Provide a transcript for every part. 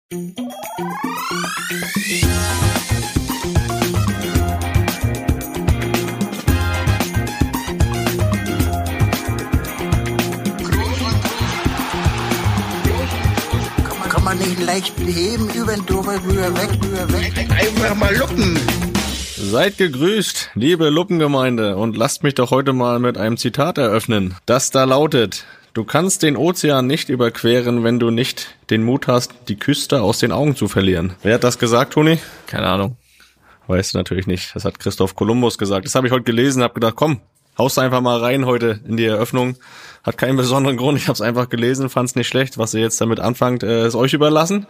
Kann man nicht leicht beheben, über den Dober, rüber, weg. Einfach mal lupen. Seid gegrüßt, liebe Luppengemeinde, und lasst mich doch heute mal mit einem Zitat eröffnen, das da lautet: Du kannst den Ozean nicht überqueren, wenn du nicht den Mut hast, die Küste aus den Augen zu verlieren. Wer hat das gesagt, Toni? Keine Ahnung. Weißt du natürlich nicht. Das hat Christoph Kolumbus gesagt. Das habe ich heute gelesen, habe gedacht, komm, haust einfach mal rein heute in die Eröffnung. Hat keinen besonderen Grund, ich habe es einfach gelesen, fand es nicht schlecht. Was ihr jetzt damit anfangt, ist euch überlassen.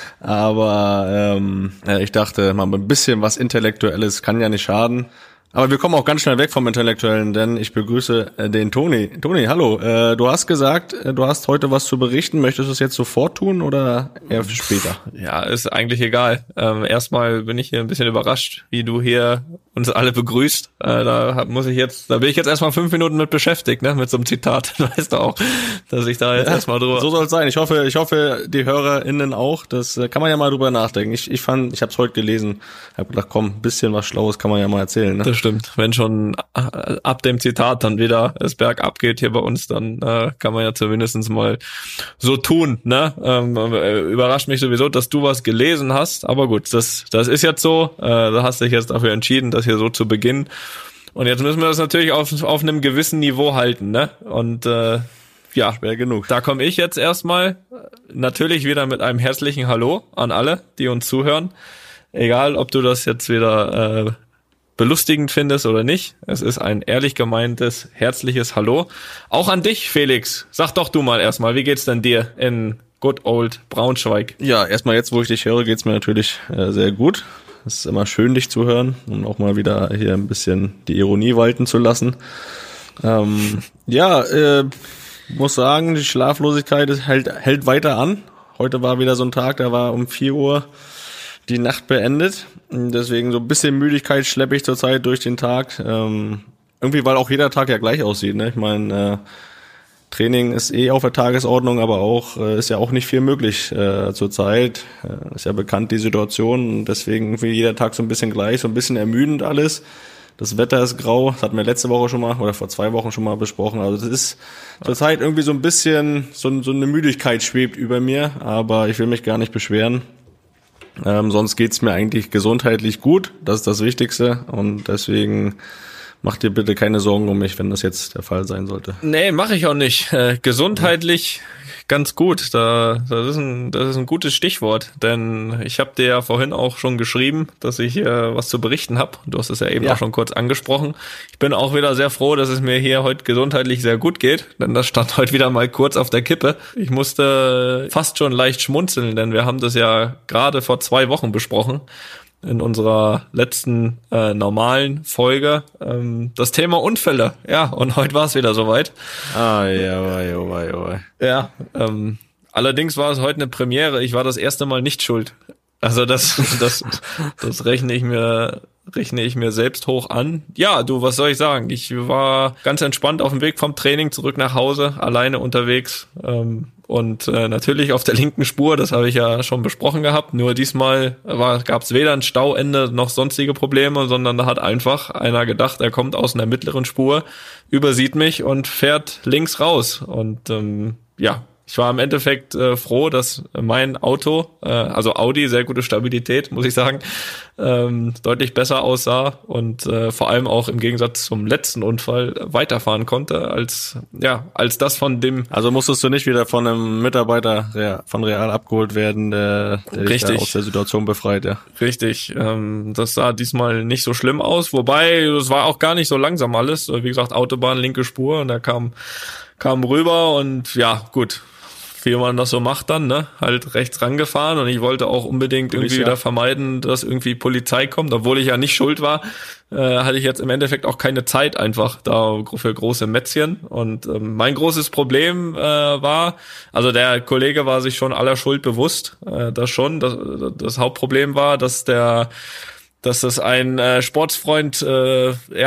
Aber ich dachte, mal ein bisschen was Intellektuelles kann ja nicht schaden. Aber wir kommen auch ganz schnell weg vom Intellektuellen, denn ich begrüße den Toni. Toni, hallo. Du hast gesagt, du hast heute was zu berichten. Möchtest du es jetzt sofort tun oder eher später? Ja, ist eigentlich egal. Erstmal bin ich hier ein bisschen überrascht, wie du hier uns alle begrüßt. Da bin ich jetzt erstmal 5 Minuten mit beschäftigt, ne, mit so einem Zitat. Weißt du auch, dass ich da jetzt erstmal drüber. So soll es sein. Ich hoffe, die HörerInnen auch. Das kann man ja mal drüber nachdenken. Ich habe es heute gelesen. Hab gedacht, komm, ein bisschen was Schlaues kann man ja mal erzählen, ne? Das stimmt. Wenn schon ab dem Zitat dann wieder es bergab geht hier bei uns, dann kann man ja zumindest mal so tun, ne? Überrascht mich sowieso, dass du was gelesen hast, aber gut, das ist jetzt so. Da hast dich jetzt dafür entschieden, das hier so zu beginnen. Und jetzt müssen wir das natürlich auf einem gewissen Niveau halten, ne? Und ja, schwer genug. Da komme ich jetzt erstmal natürlich wieder mit einem herzlichen Hallo an alle, die uns zuhören. Egal, ob du das jetzt wieder belustigend findest oder nicht. Es ist ein ehrlich gemeintes, herzliches Hallo. Auch an dich, Felix. Sag doch du mal erstmal, wie geht's denn dir in good old Braunschweig? Ja, erstmal jetzt, wo ich dich höre, geht's mir natürlich sehr gut. Es ist immer schön, dich zu hören und auch mal wieder hier ein bisschen die Ironie walten zu lassen. Muss sagen, die Schlaflosigkeit hält weiter an. Heute war wieder so ein Tag, da war um 4 Uhr die Nacht beendet. Deswegen so ein bisschen Müdigkeit schleppe ich zurzeit durch den Tag. Irgendwie, weil auch jeder Tag ja gleich aussieht, ne? Ich meine, Training ist auf der Tagesordnung, aber auch ist ja auch nicht viel möglich zurzeit. Ist ja bekannt, die Situation. Und deswegen irgendwie jeder Tag so ein bisschen gleich, so ein bisschen ermüdend alles. Das Wetter ist grau, das hatten wir letzte Woche schon mal oder vor 2 Wochen schon mal besprochen. Also das ist zurzeit irgendwie so ein bisschen, so eine Müdigkeit schwebt über mir, aber ich will mich gar nicht beschweren. Sonst geht's mir eigentlich gesundheitlich gut, das ist das Wichtigste, und deswegen mach dir bitte keine Sorgen um mich, wenn das jetzt der Fall sein sollte. Nee, mache ich auch nicht. Gesundheitlich ganz gut. Das ist ein gutes Stichwort, denn ich habe dir ja vorhin auch schon geschrieben, dass ich was zu berichten habe. Du hast es ja eben auch schon kurz angesprochen. Ich bin auch wieder sehr froh, dass es mir hier heute gesundheitlich sehr gut geht, denn das stand heute wieder mal kurz auf der Kippe. Ich musste fast schon leicht schmunzeln, denn wir haben das ja gerade vor 2 Wochen besprochen. In unserer letzten normalen Folge das Thema Unfälle. Ja, und heute war es wieder soweit. Ja, allerdings war es heute eine Premiere. Ich war das erste Mal nicht schuld. Also das rechne ich mir selbst hoch an. Ja, du, was soll ich sagen? Ich war ganz entspannt auf dem Weg vom Training zurück nach Hause, alleine unterwegs. Und natürlich auf der linken Spur, das habe ich ja schon besprochen gehabt, nur diesmal gab es weder ein Stauende noch sonstige Probleme, sondern da hat einfach einer gedacht, er kommt aus einer mittleren Spur, übersieht mich und fährt links raus. Und ich war im Endeffekt froh, dass mein Auto, also Audi, sehr gute Stabilität, muss ich sagen, deutlich besser aussah und vor allem auch im Gegensatz zum letzten Unfall weiterfahren konnte als das von dem. Also musstest du nicht wieder von einem Mitarbeiter von Real abgeholt werden, der dich da aus der Situation befreit, ja. Richtig, das sah diesmal nicht so schlimm aus, wobei es war auch gar nicht so langsam alles. Wie gesagt, Autobahn, linke Spur, und er kam rüber und ja, gut. Wie man das so macht dann, ne? Halt rechts rangefahren, und ich wollte auch unbedingt irgendwie wieder vermeiden, dass irgendwie Polizei kommt, obwohl ich ja nicht schuld war, hatte ich jetzt im Endeffekt auch keine Zeit einfach da für große Mätzchen. Und mein großes Problem war, also der Kollege war sich schon aller Schuld bewusst, das schon. Das Hauptproblem war, dass das ein Sportsfreund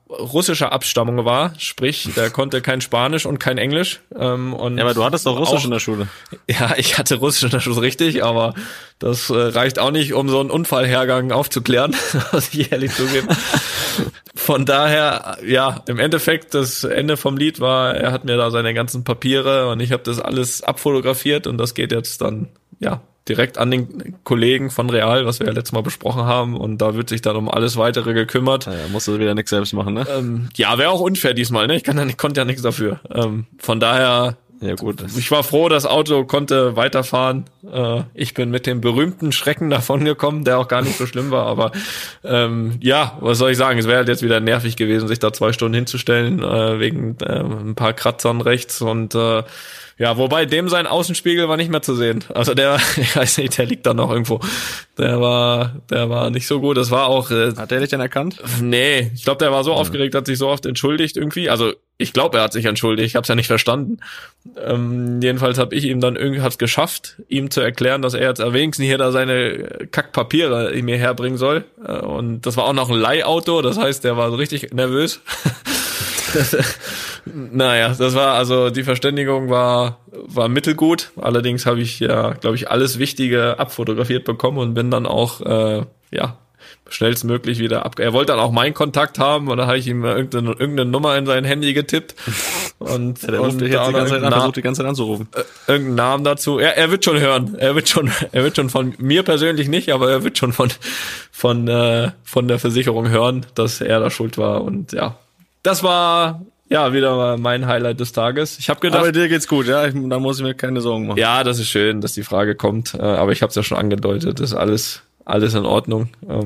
russischer Abstammung war, sprich, der konnte kein Spanisch und kein Englisch. Und Ja, aber du hattest doch Russisch in der Schule. Ja, ich hatte Russisch in der Schule, richtig, aber das reicht auch nicht, um so einen Unfallhergang aufzuklären, muss ich ehrlich zugeben. Von daher, ja, im Endeffekt, das Ende vom Lied war, er hat mir da seine ganzen Papiere und ich habe das alles abfotografiert und das geht jetzt dann, ja, direkt an den Kollegen von Real, was wir ja letztes Mal besprochen haben, und da wird sich dann um alles Weitere gekümmert. Ja, musst du wieder nichts selbst machen, ne? Ja, wäre auch unfair diesmal, ne? Ich konnte ja nichts dafür. Von daher, Ja gut. ich war froh, das Auto konnte weiterfahren. Ich bin mit dem berühmten Schrecken davongekommen, der auch gar nicht so schlimm war, aber ja, was soll ich sagen, es wäre halt jetzt wieder nervig gewesen, sich da 2 Stunden hinzustellen, wegen ein paar Kratzern rechts und ja, wobei dem sein Außenspiegel war nicht mehr zu sehen. Also der, ich weiß nicht, der liegt da noch irgendwo. Der war nicht so gut. Das war auch. Hat der dich denn erkannt? Nee, ich glaube, der war so aufgeregt, hat sich so oft entschuldigt irgendwie. Also ich glaube, er hat sich entschuldigt. Ich habe es ja nicht verstanden. Jedenfalls habe ich ihm dann irgendwie hab's geschafft, ihm zu erklären, dass er jetzt wenigstens hier da seine Kackpapiere mir herbringen soll. Und das war auch noch ein Leihauto. Das heißt, der war so richtig nervös. Naja, das war, also die Verständigung war mittelgut. Allerdings habe ich ja, glaube ich, alles Wichtige abfotografiert bekommen und bin dann auch, ja, schnellstmöglich wieder Er wollte dann auch meinen Kontakt haben und dann habe ich ihm irgendeine Nummer in sein Handy getippt. Und der ruft dich jetzt die ganze Zeit an, versucht die ganze Zeit anzurufen. Irgendeinen Namen dazu. Er wird schon hören. Er wird schon von mir persönlich nicht, aber er wird schon von der Versicherung hören, dass er da schuld war. Und ja, das war ja wieder mein Highlight des Tages. Ich habe gedacht, aber dir geht's gut, ja? Da muss ich mir keine Sorgen machen. Ja, das ist schön, dass die Frage kommt. Aber ich habe es ja schon angedeutet. Das ist alles in Ordnung.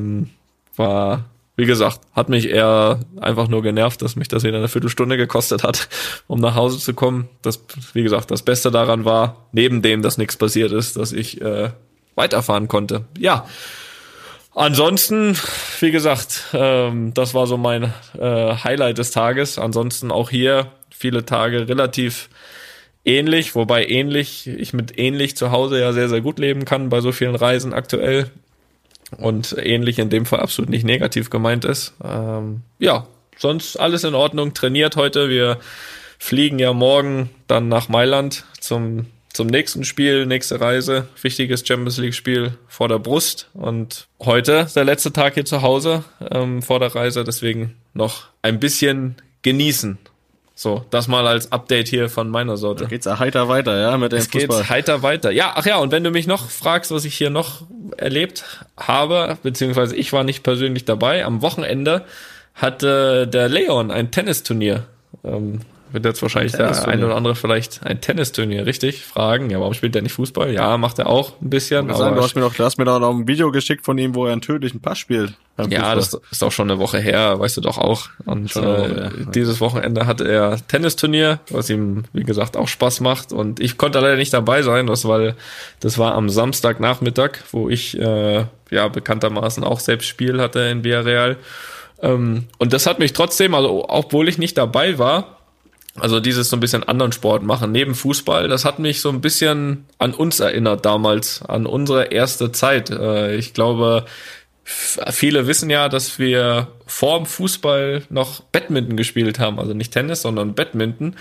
War, wie gesagt, hat mich eher einfach nur genervt, dass mich das wieder eine Viertelstunde gekostet hat, um nach Hause zu kommen. Das, wie gesagt, das Beste daran war, neben dem, dass nichts passiert ist, dass ich weiterfahren konnte. Ja. Ansonsten, wie gesagt, das war so mein Highlight des Tages. Ansonsten auch hier viele Tage relativ ähnlich, wobei ich mit ähnlich zu Hause ja sehr, sehr gut leben kann bei so vielen Reisen aktuell und ähnlich in dem Fall absolut nicht negativ gemeint ist. Ja, sonst alles in Ordnung, trainiert heute. Wir fliegen ja morgen dann nach Mailand zum nächsten Spiel, nächste Reise, wichtiges Champions-League-Spiel vor der Brust und heute der letzte Tag hier zu Hause vor der Reise, deswegen noch ein bisschen genießen. So, das mal als Update hier von meiner Seite. Da geht's heiter weiter, ja, mit dem Fußball. Geht heiter weiter. Ja, ach ja, und wenn du mich noch fragst, was ich hier noch erlebt habe, beziehungsweise ich war nicht persönlich dabei, am Wochenende hatte der Leon ein Tennisturnier. Wird jetzt wahrscheinlich der eine oder andere vielleicht ein Tennisturnier, richtig? Fragen, ja, warum spielt der nicht Fußball? Ja, macht er auch ein bisschen. Aber sagen, du hast mir doch noch ein Video geschickt von ihm, wo er einen tödlichen Pass spielt. Ja, das ist auch schon eine Woche her, weißt du doch auch. Und dieses Wochenende hatte er Tennisturnier, was ihm, wie gesagt, auch Spaß macht. Und ich konnte leider nicht dabei sein, das war am Samstagnachmittag, wo ich ja bekanntermaßen auch selbst Spiel hatte in Villarreal. Und das hat mich trotzdem, also obwohl ich nicht dabei war, also dieses so ein bisschen anderen Sport machen, neben Fußball, das hat mich so ein bisschen an uns erinnert damals, an unsere erste Zeit. Ich glaube, viele wissen ja, dass wir vorm Fußball noch Badminton gespielt haben, also nicht Tennis, sondern Badminton.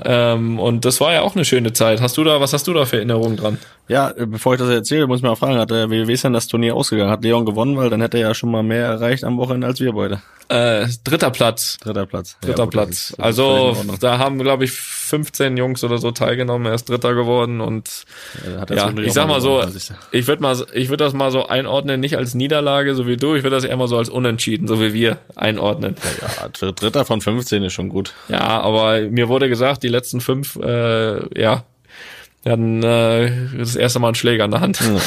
Und das war ja auch eine schöne Zeit. Was hast du da für Erinnerungen dran? Ja, bevor ich das erzähle, muss ich mal fragen, wie ist denn das Turnier ausgegangen? Hat Leon gewonnen, weil dann hätte er ja schon mal mehr erreicht am Wochenende als wir beide. Dritter Platz. Dritter Platz. Das also da haben, glaube ich, 15 Jungs oder so teilgenommen. Er ist Dritter geworden und ja, ich sag mal so, ich würde das mal so einordnen, nicht als Niederlage, so wie du. Ich würde das eher mal so als Unentschieden, so wie wir einordnen. Ja, Dritter von 15 ist schon gut. Ja, aber mir wurde gesagt, die letzten 5, ja, hatten das erste Mal einen Schläger in der Hand. Ja.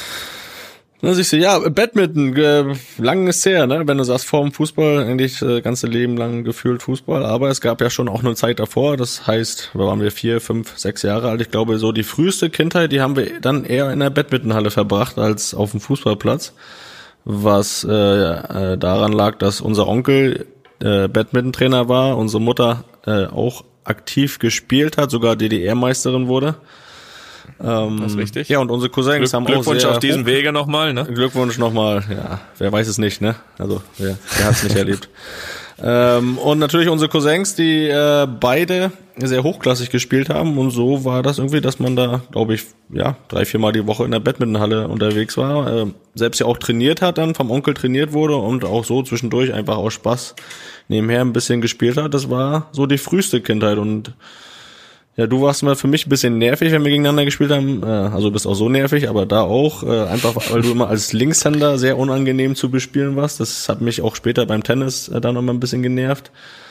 Na, siehst du, ja, Badminton, lang ist her, ne? Wenn du sagst, vor dem Fußball, eigentlich das ganze Leben lang gefühlt Fußball, aber es gab ja schon auch eine Zeit davor, das heißt, da waren wir 4, 5, 6 Jahre alt, ich glaube, so die früheste Kindheit, die haben wir dann eher in der Badmintonhalle verbracht, als auf dem Fußballplatz, was daran lag, dass unser Onkel Badmintontrainer war, unsere Mutter auch aktiv gespielt hat, sogar DDR-Meisterin wurde. Das ist richtig. Ja, und unsere Cousins haben auch Glückwunsch auf diesem Wege nochmal, ne? Glückwunsch nochmal, ja. Wer weiß es nicht, ne? Also, wer hat's nicht erlebt. Und natürlich unsere Cousins, die beide sehr hochklassig gespielt haben. Und so war das irgendwie, dass man da, glaube ich, 3-4 Mal die Woche in der Badmintonhalle unterwegs war. Selbst ja auch trainiert hat, dann vom Onkel trainiert wurde und auch so zwischendurch einfach aus Spaß nebenher ein bisschen gespielt hat. Das war so die früheste Kindheit. Und ja, du warst mal für mich ein bisschen nervig, wenn wir gegeneinander gespielt haben. Also bist auch so nervig, aber da auch. Einfach, weil du immer als Linkshänder sehr unangenehm zu bespielen warst. Das hat mich auch später beim Tennis dann noch mal ein bisschen genervt.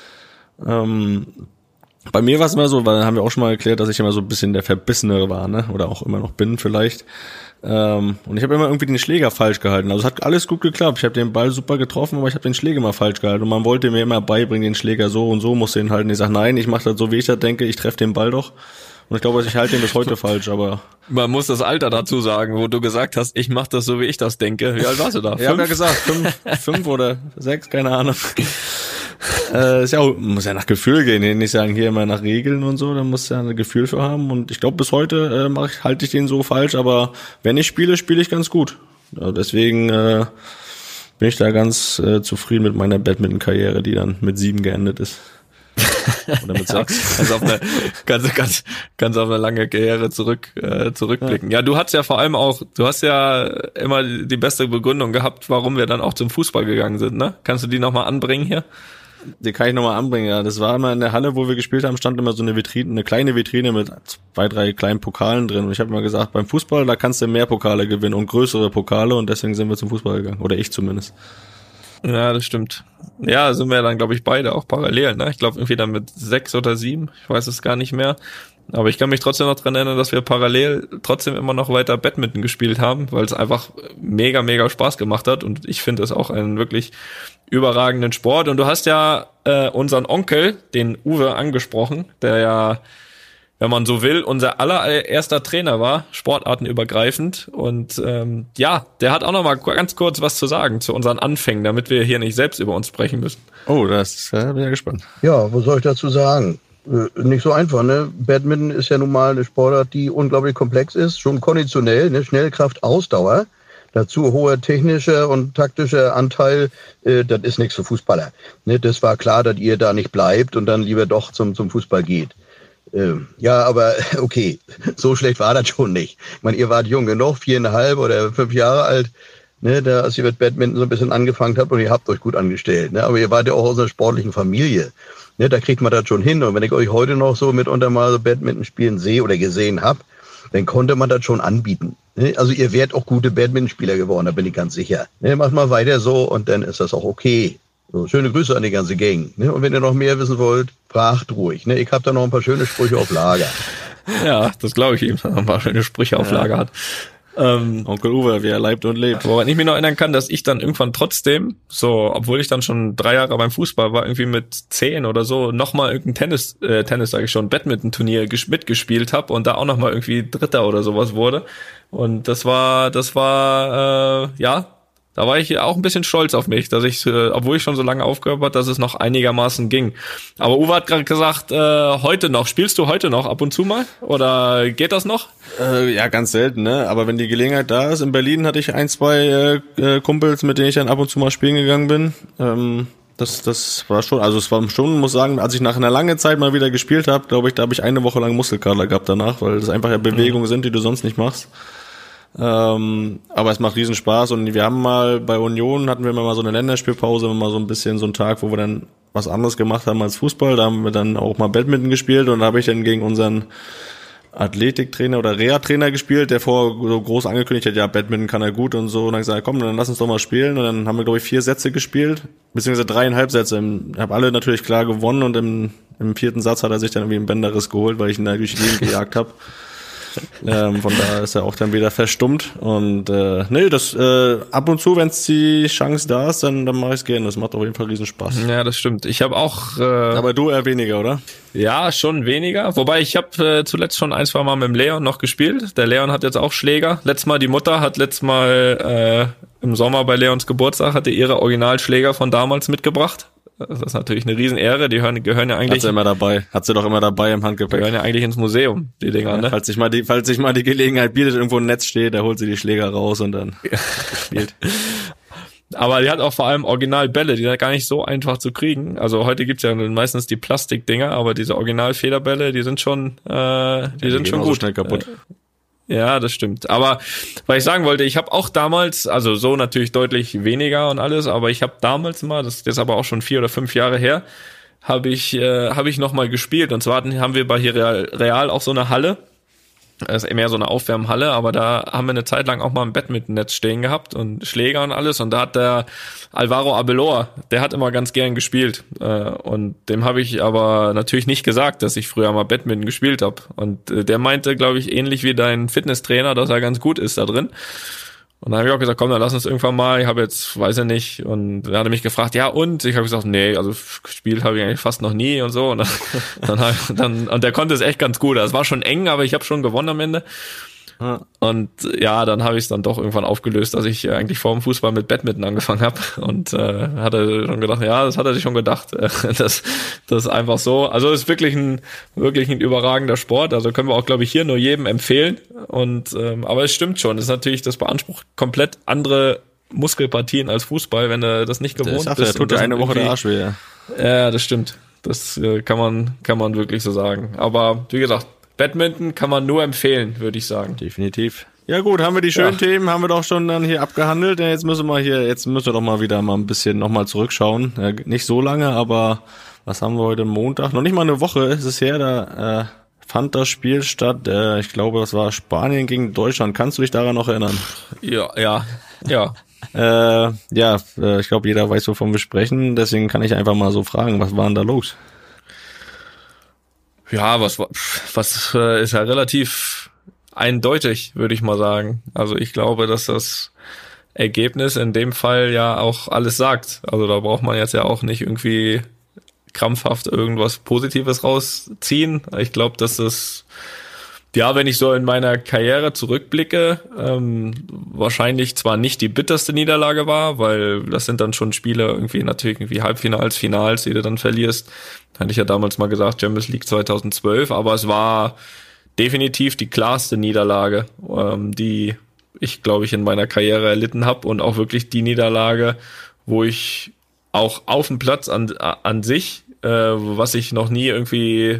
Bei mir war es immer so, weil haben wir auch schon mal erklärt, dass ich immer so ein bisschen der Verbissenere war, ne? Oder auch immer noch bin vielleicht. Und ich habe immer irgendwie den Schläger falsch gehalten. Also es hat alles gut geklappt. Ich habe den Ball super getroffen, aber ich habe den Schläger immer falsch gehalten. Und man wollte mir immer beibringen, den Schläger so und so musst du ihn halten. Ich sage, nein, ich mache das so, wie ich das denke. Ich treffe den Ball doch. Und ich glaube, ich halte den bis heute falsch, aber... Man muss das Alter dazu sagen, wo du gesagt hast, ich mache das so, wie ich das denke. Wie alt warst du da? Ich habe ja gesagt, 5 oder 6, keine Ahnung. Ist ja auch, muss ja nach Gefühl gehen, nicht sagen hier immer nach Regeln und so, da musst du ja ein Gefühl für haben und ich glaube bis heute halte ich den so falsch, aber wenn ich spiele, spiele ich ganz gut. Ja, deswegen bin ich da ganz zufrieden mit meiner Badminton-Karriere, die dann mit 7 geendet ist. Oder mit 6. Kannst auf eine lange Karriere zurückblicken. Ja, du hast ja vor allem auch, du hast ja immer die beste Begründung gehabt, warum wir dann auch zum Fußball gegangen sind, ne? Kannst du die nochmal anbringen hier? Die kann ich nochmal anbringen, ja. Das war immer in der Halle, wo wir gespielt haben, stand immer so eine Vitrine, eine kleine Vitrine mit 2, 3 kleinen Pokalen drin. Und ich habe immer gesagt, beim Fußball, da kannst du mehr Pokale gewinnen und größere Pokale und deswegen sind wir zum Fußball gegangen. Oder ich zumindest. Ja, das stimmt. Ja, sind wir dann, glaube ich, beide auch parallel, ne? Ich glaube, irgendwie dann mit 6 oder 7, ich weiß es gar nicht mehr. Aber ich kann mich trotzdem noch dran erinnern, dass wir parallel trotzdem immer noch weiter Badminton gespielt haben, weil es einfach mega, mega Spaß gemacht hat und ich finde es auch einen wirklich überragenden Sport. Und du hast ja unseren Onkel, den Uwe, angesprochen, der ja, wenn man so will, unser allererster Trainer war, sportartenübergreifend. Und der hat auch noch mal ganz kurz was zu sagen zu unseren Anfängen, damit wir hier nicht selbst über uns sprechen müssen. Oh, das bin ich gespannt. Ja, was soll ich dazu sagen? Nicht so einfach, ne? Badminton ist ja nun mal eine Sportart, die unglaublich komplex ist, schon konditionell, ne? Schnellkraft, Ausdauer. Dazu hoher technischer und taktischer Anteil, das ist nichts für Fußballer. Ne? Das war klar, dass ihr da nicht bleibt und dann lieber doch zum Fußball geht. Ja, aber okay, so schlecht war das schon nicht. Ich meine, ihr wart jung genug, 4,5 oder 5 Jahre alt, ne, da, als ihr mit Badminton so ein bisschen angefangen habt und ihr habt euch gut angestellt. Ne? Aber ihr wart ja auch aus einer sportlichen Familie. Ne? Da kriegt man das schon hin. Und wenn ich euch heute noch so mitunter mal so Badminton spielen sehe oder gesehen habe, dann konnte man das schon anbieten. Ne? Also ihr wärt auch gute Badmintonspieler geworden, da bin ich ganz sicher. Ne? Macht mal weiter so und dann ist das auch okay. So, schöne Grüße an die ganze Gang. Ne? Und wenn ihr noch mehr wissen wollt, fragt ruhig. Ne? Ich habe da noch ein paar schöne Sprüche auf Lager. Ja, das glaube ich ihm, dass er ein paar schöne Sprüche auf Lager hat. Onkel Uwe, wie er leibt und lebt. Woran ich mich noch erinnern kann, dass ich dann irgendwann trotzdem, so, obwohl ich dann schon 3 Jahre beim Fußball war, irgendwie mit 10 oder so, nochmal irgendein Tennis sage ich schon, Badminton-Turnier mitgespielt habe und da auch nochmal irgendwie Dritter oder sowas wurde. Und das war da war ich auch ein bisschen stolz auf mich, dass ich, obwohl ich schon so lange aufgehört habe, dass es noch einigermaßen ging. Aber Uwe hat gerade gesagt, heute noch. Spielst du heute noch ab und zu mal? Oder geht das noch? Ja, ganz selten, ne? Aber wenn die Gelegenheit da ist, in Berlin hatte ich 1, 2 Kumpels, mit denen ich dann ab und zu mal spielen gegangen bin. Das war schon, also es war schon, muss sagen, als ich nach einer langen Zeit mal wieder gespielt habe, glaube ich, da habe ich eine Woche lang Muskelkater gehabt danach, weil das einfach ja Bewegungen sind, die du sonst nicht machst. Aber es macht riesen Spaß und wir haben mal bei Union hatten wir mal so eine Länderspielpause, mal so ein bisschen so einen Tag, wo wir dann was anderes gemacht haben als Fußball, da haben wir dann auch mal Badminton gespielt und da habe ich dann gegen unseren Athletiktrainer oder Reha-Trainer gespielt, der vorher so groß angekündigt hat, ja, Badminton kann er gut und so und dann gesagt, komm, dann lass uns doch mal spielen und dann haben wir, glaube ich, 4 Sätze gespielt, beziehungsweise 3,5 Sätze. Ich habe alle natürlich klar gewonnen und im 4. Satz hat er sich dann irgendwie einen Bänderriss geholt, weil ich ihn da durch die Gegend gejagt habe. Von da ist er auch dann wieder verstummt und ab und zu, wenn es die Chance da ist, dann mache ich es gerne. Das macht auf jeden Fall riesen Spaß. Ja, das stimmt. Ich habe auch aber du eher weniger, oder? Ja, schon weniger. Wobei ich habe zuletzt schon 1, 2 Mal mit dem Leon noch gespielt. Der Leon hat jetzt auch Schläger. Die Mutter hat letztes Mal im Sommer bei Leons Geburtstag hatte ihre Originalschläger von damals mitgebracht. Das ist natürlich eine Riesenehre, die gehören ja eigentlich... Hat sie doch immer dabei im Handgepäck. Gehören ja eigentlich ins Museum, die Dinger, ne? Falls sich mal die Gelegenheit bietet, irgendwo ein Netz steht, da holt sie die Schläger raus und dann gespielt. Aber die hat auch vor allem Originalbälle, die sind gar nicht so einfach zu kriegen. Also heute gibt's ja meistens die Plastikdinger, aber diese Original-Federbälle, die sind schon, die sind schon gut. So schnell kaputt. Ja, das stimmt. Aber was ich sagen wollte, ich habe auch damals, also so natürlich deutlich weniger und alles, aber ich habe damals mal, das ist jetzt aber auch schon 4 oder 5 Jahre her, habe ich noch mal gespielt. Und zwar haben wir bei hier Real auch so eine Halle. Das ist mehr so eine Aufwärmhalle, aber da haben wir eine Zeit lang auch mal ein Badmintonnetz stehen gehabt und Schläger und alles. Und da hat der Alvaro Arbeloa, der hat immer ganz gern gespielt. Und dem habe ich aber natürlich nicht gesagt, dass ich früher mal Badminton gespielt habe. Und der meinte, glaube ich, ähnlich wie dein Fitnesstrainer, dass er ganz gut ist da drin. Und dann habe ich auch gesagt, komm, dann lass uns irgendwann mal, ich habe jetzt, weiß ich nicht, und dann hat er mich gefragt, ja und? Ich habe gesagt, nee, also gespielt habe ich eigentlich fast noch nie und so. Und dann und der konnte es echt ganz gut. Es war schon eng, aber ich habe schon gewonnen am Ende. Und ja, dann habe ich es dann doch irgendwann aufgelöst, dass ich eigentlich vor dem Fußball mit Badminton angefangen habe und hatte schon gedacht, ja, das hat er sich schon gedacht, das ist einfach so. Also es ist wirklich ein überragender Sport, also können wir auch, glaube ich, hier nur jedem empfehlen. Und aber es stimmt schon, das beansprucht komplett andere Muskelpartien als Fußball, wenn du das nicht gewohnt bist. Der tut dir eine Woche der Arsch weh. Ja, das stimmt. Das kann man wirklich so sagen. Aber wie gesagt, Badminton kann man nur empfehlen, würde ich sagen. Definitiv. Ja gut, haben wir die schönen Themen, haben wir doch schon dann hier abgehandelt. Jetzt müssen wir doch mal wieder ein bisschen nochmal zurückschauen. Ja, nicht so lange, aber was haben wir heute Montag? Noch nicht mal eine Woche ist es her, da fand das Spiel statt. Ich glaube, das war Spanien gegen Deutschland. Kannst du dich daran noch erinnern? Ja. Ich glaube, jeder weiß, wovon wir sprechen. Deswegen kann ich einfach mal so fragen, was war denn da los? Ja, was ist ja relativ eindeutig, würde ich mal sagen. Also ich glaube, dass das Ergebnis in dem Fall ja auch alles sagt. Also da braucht man jetzt ja auch nicht irgendwie krampfhaft irgendwas Positives rausziehen. Ich glaube, dass das, ja, wenn ich so in meiner Karriere zurückblicke, wahrscheinlich zwar nicht die bitterste Niederlage war, weil das sind dann schon Spiele irgendwie Halbfinals, Finals, die du dann verlierst. Hatte ich ja damals mal gesagt, Champions League 2012, aber es war definitiv die klarste Niederlage, die ich, glaube ich, in meiner Karriere erlitten habe und auch wirklich die Niederlage, wo ich auch auf dem Platz an sich, was ich noch nie irgendwie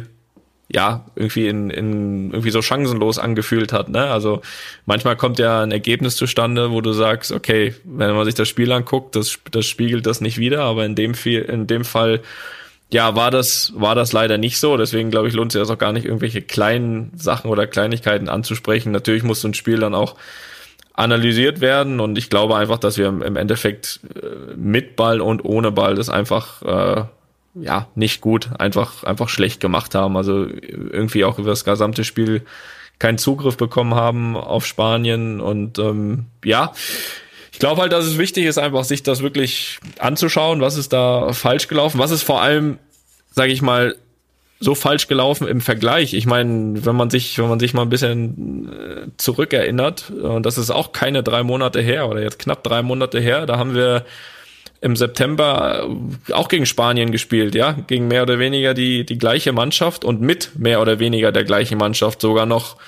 irgendwie so chancenlos angefühlt hat, ne? Also manchmal kommt ja ein Ergebnis zustande, wo du sagst, okay, wenn man sich das Spiel anguckt, das spiegelt das nicht wider, aber in dem Fall ja, war das leider nicht so. Deswegen, glaube ich, lohnt sich das auch gar nicht, irgendwelche kleinen Sachen oder Kleinigkeiten anzusprechen. Natürlich muss so ein Spiel dann auch analysiert werden und ich glaube einfach, dass wir im Endeffekt mit Ball und ohne Ball das einfach nicht gut, einfach schlecht gemacht haben. Also irgendwie auch über das gesamte Spiel keinen Zugriff bekommen haben auf Spanien und ich glaube halt, dass es wichtig ist, einfach sich das wirklich anzuschauen, was ist da falsch gelaufen, was ist vor allem, sage ich mal, so falsch gelaufen im Vergleich. Ich meine, wenn man sich mal ein bisschen zurückerinnert, und das ist auch keine 3 Monate her oder jetzt knapp 3 Monate her, da haben wir im September auch gegen Spanien gespielt, ja, gegen mehr oder weniger die gleiche Mannschaft und mit mehr oder weniger der gleichen Mannschaft, sogar noch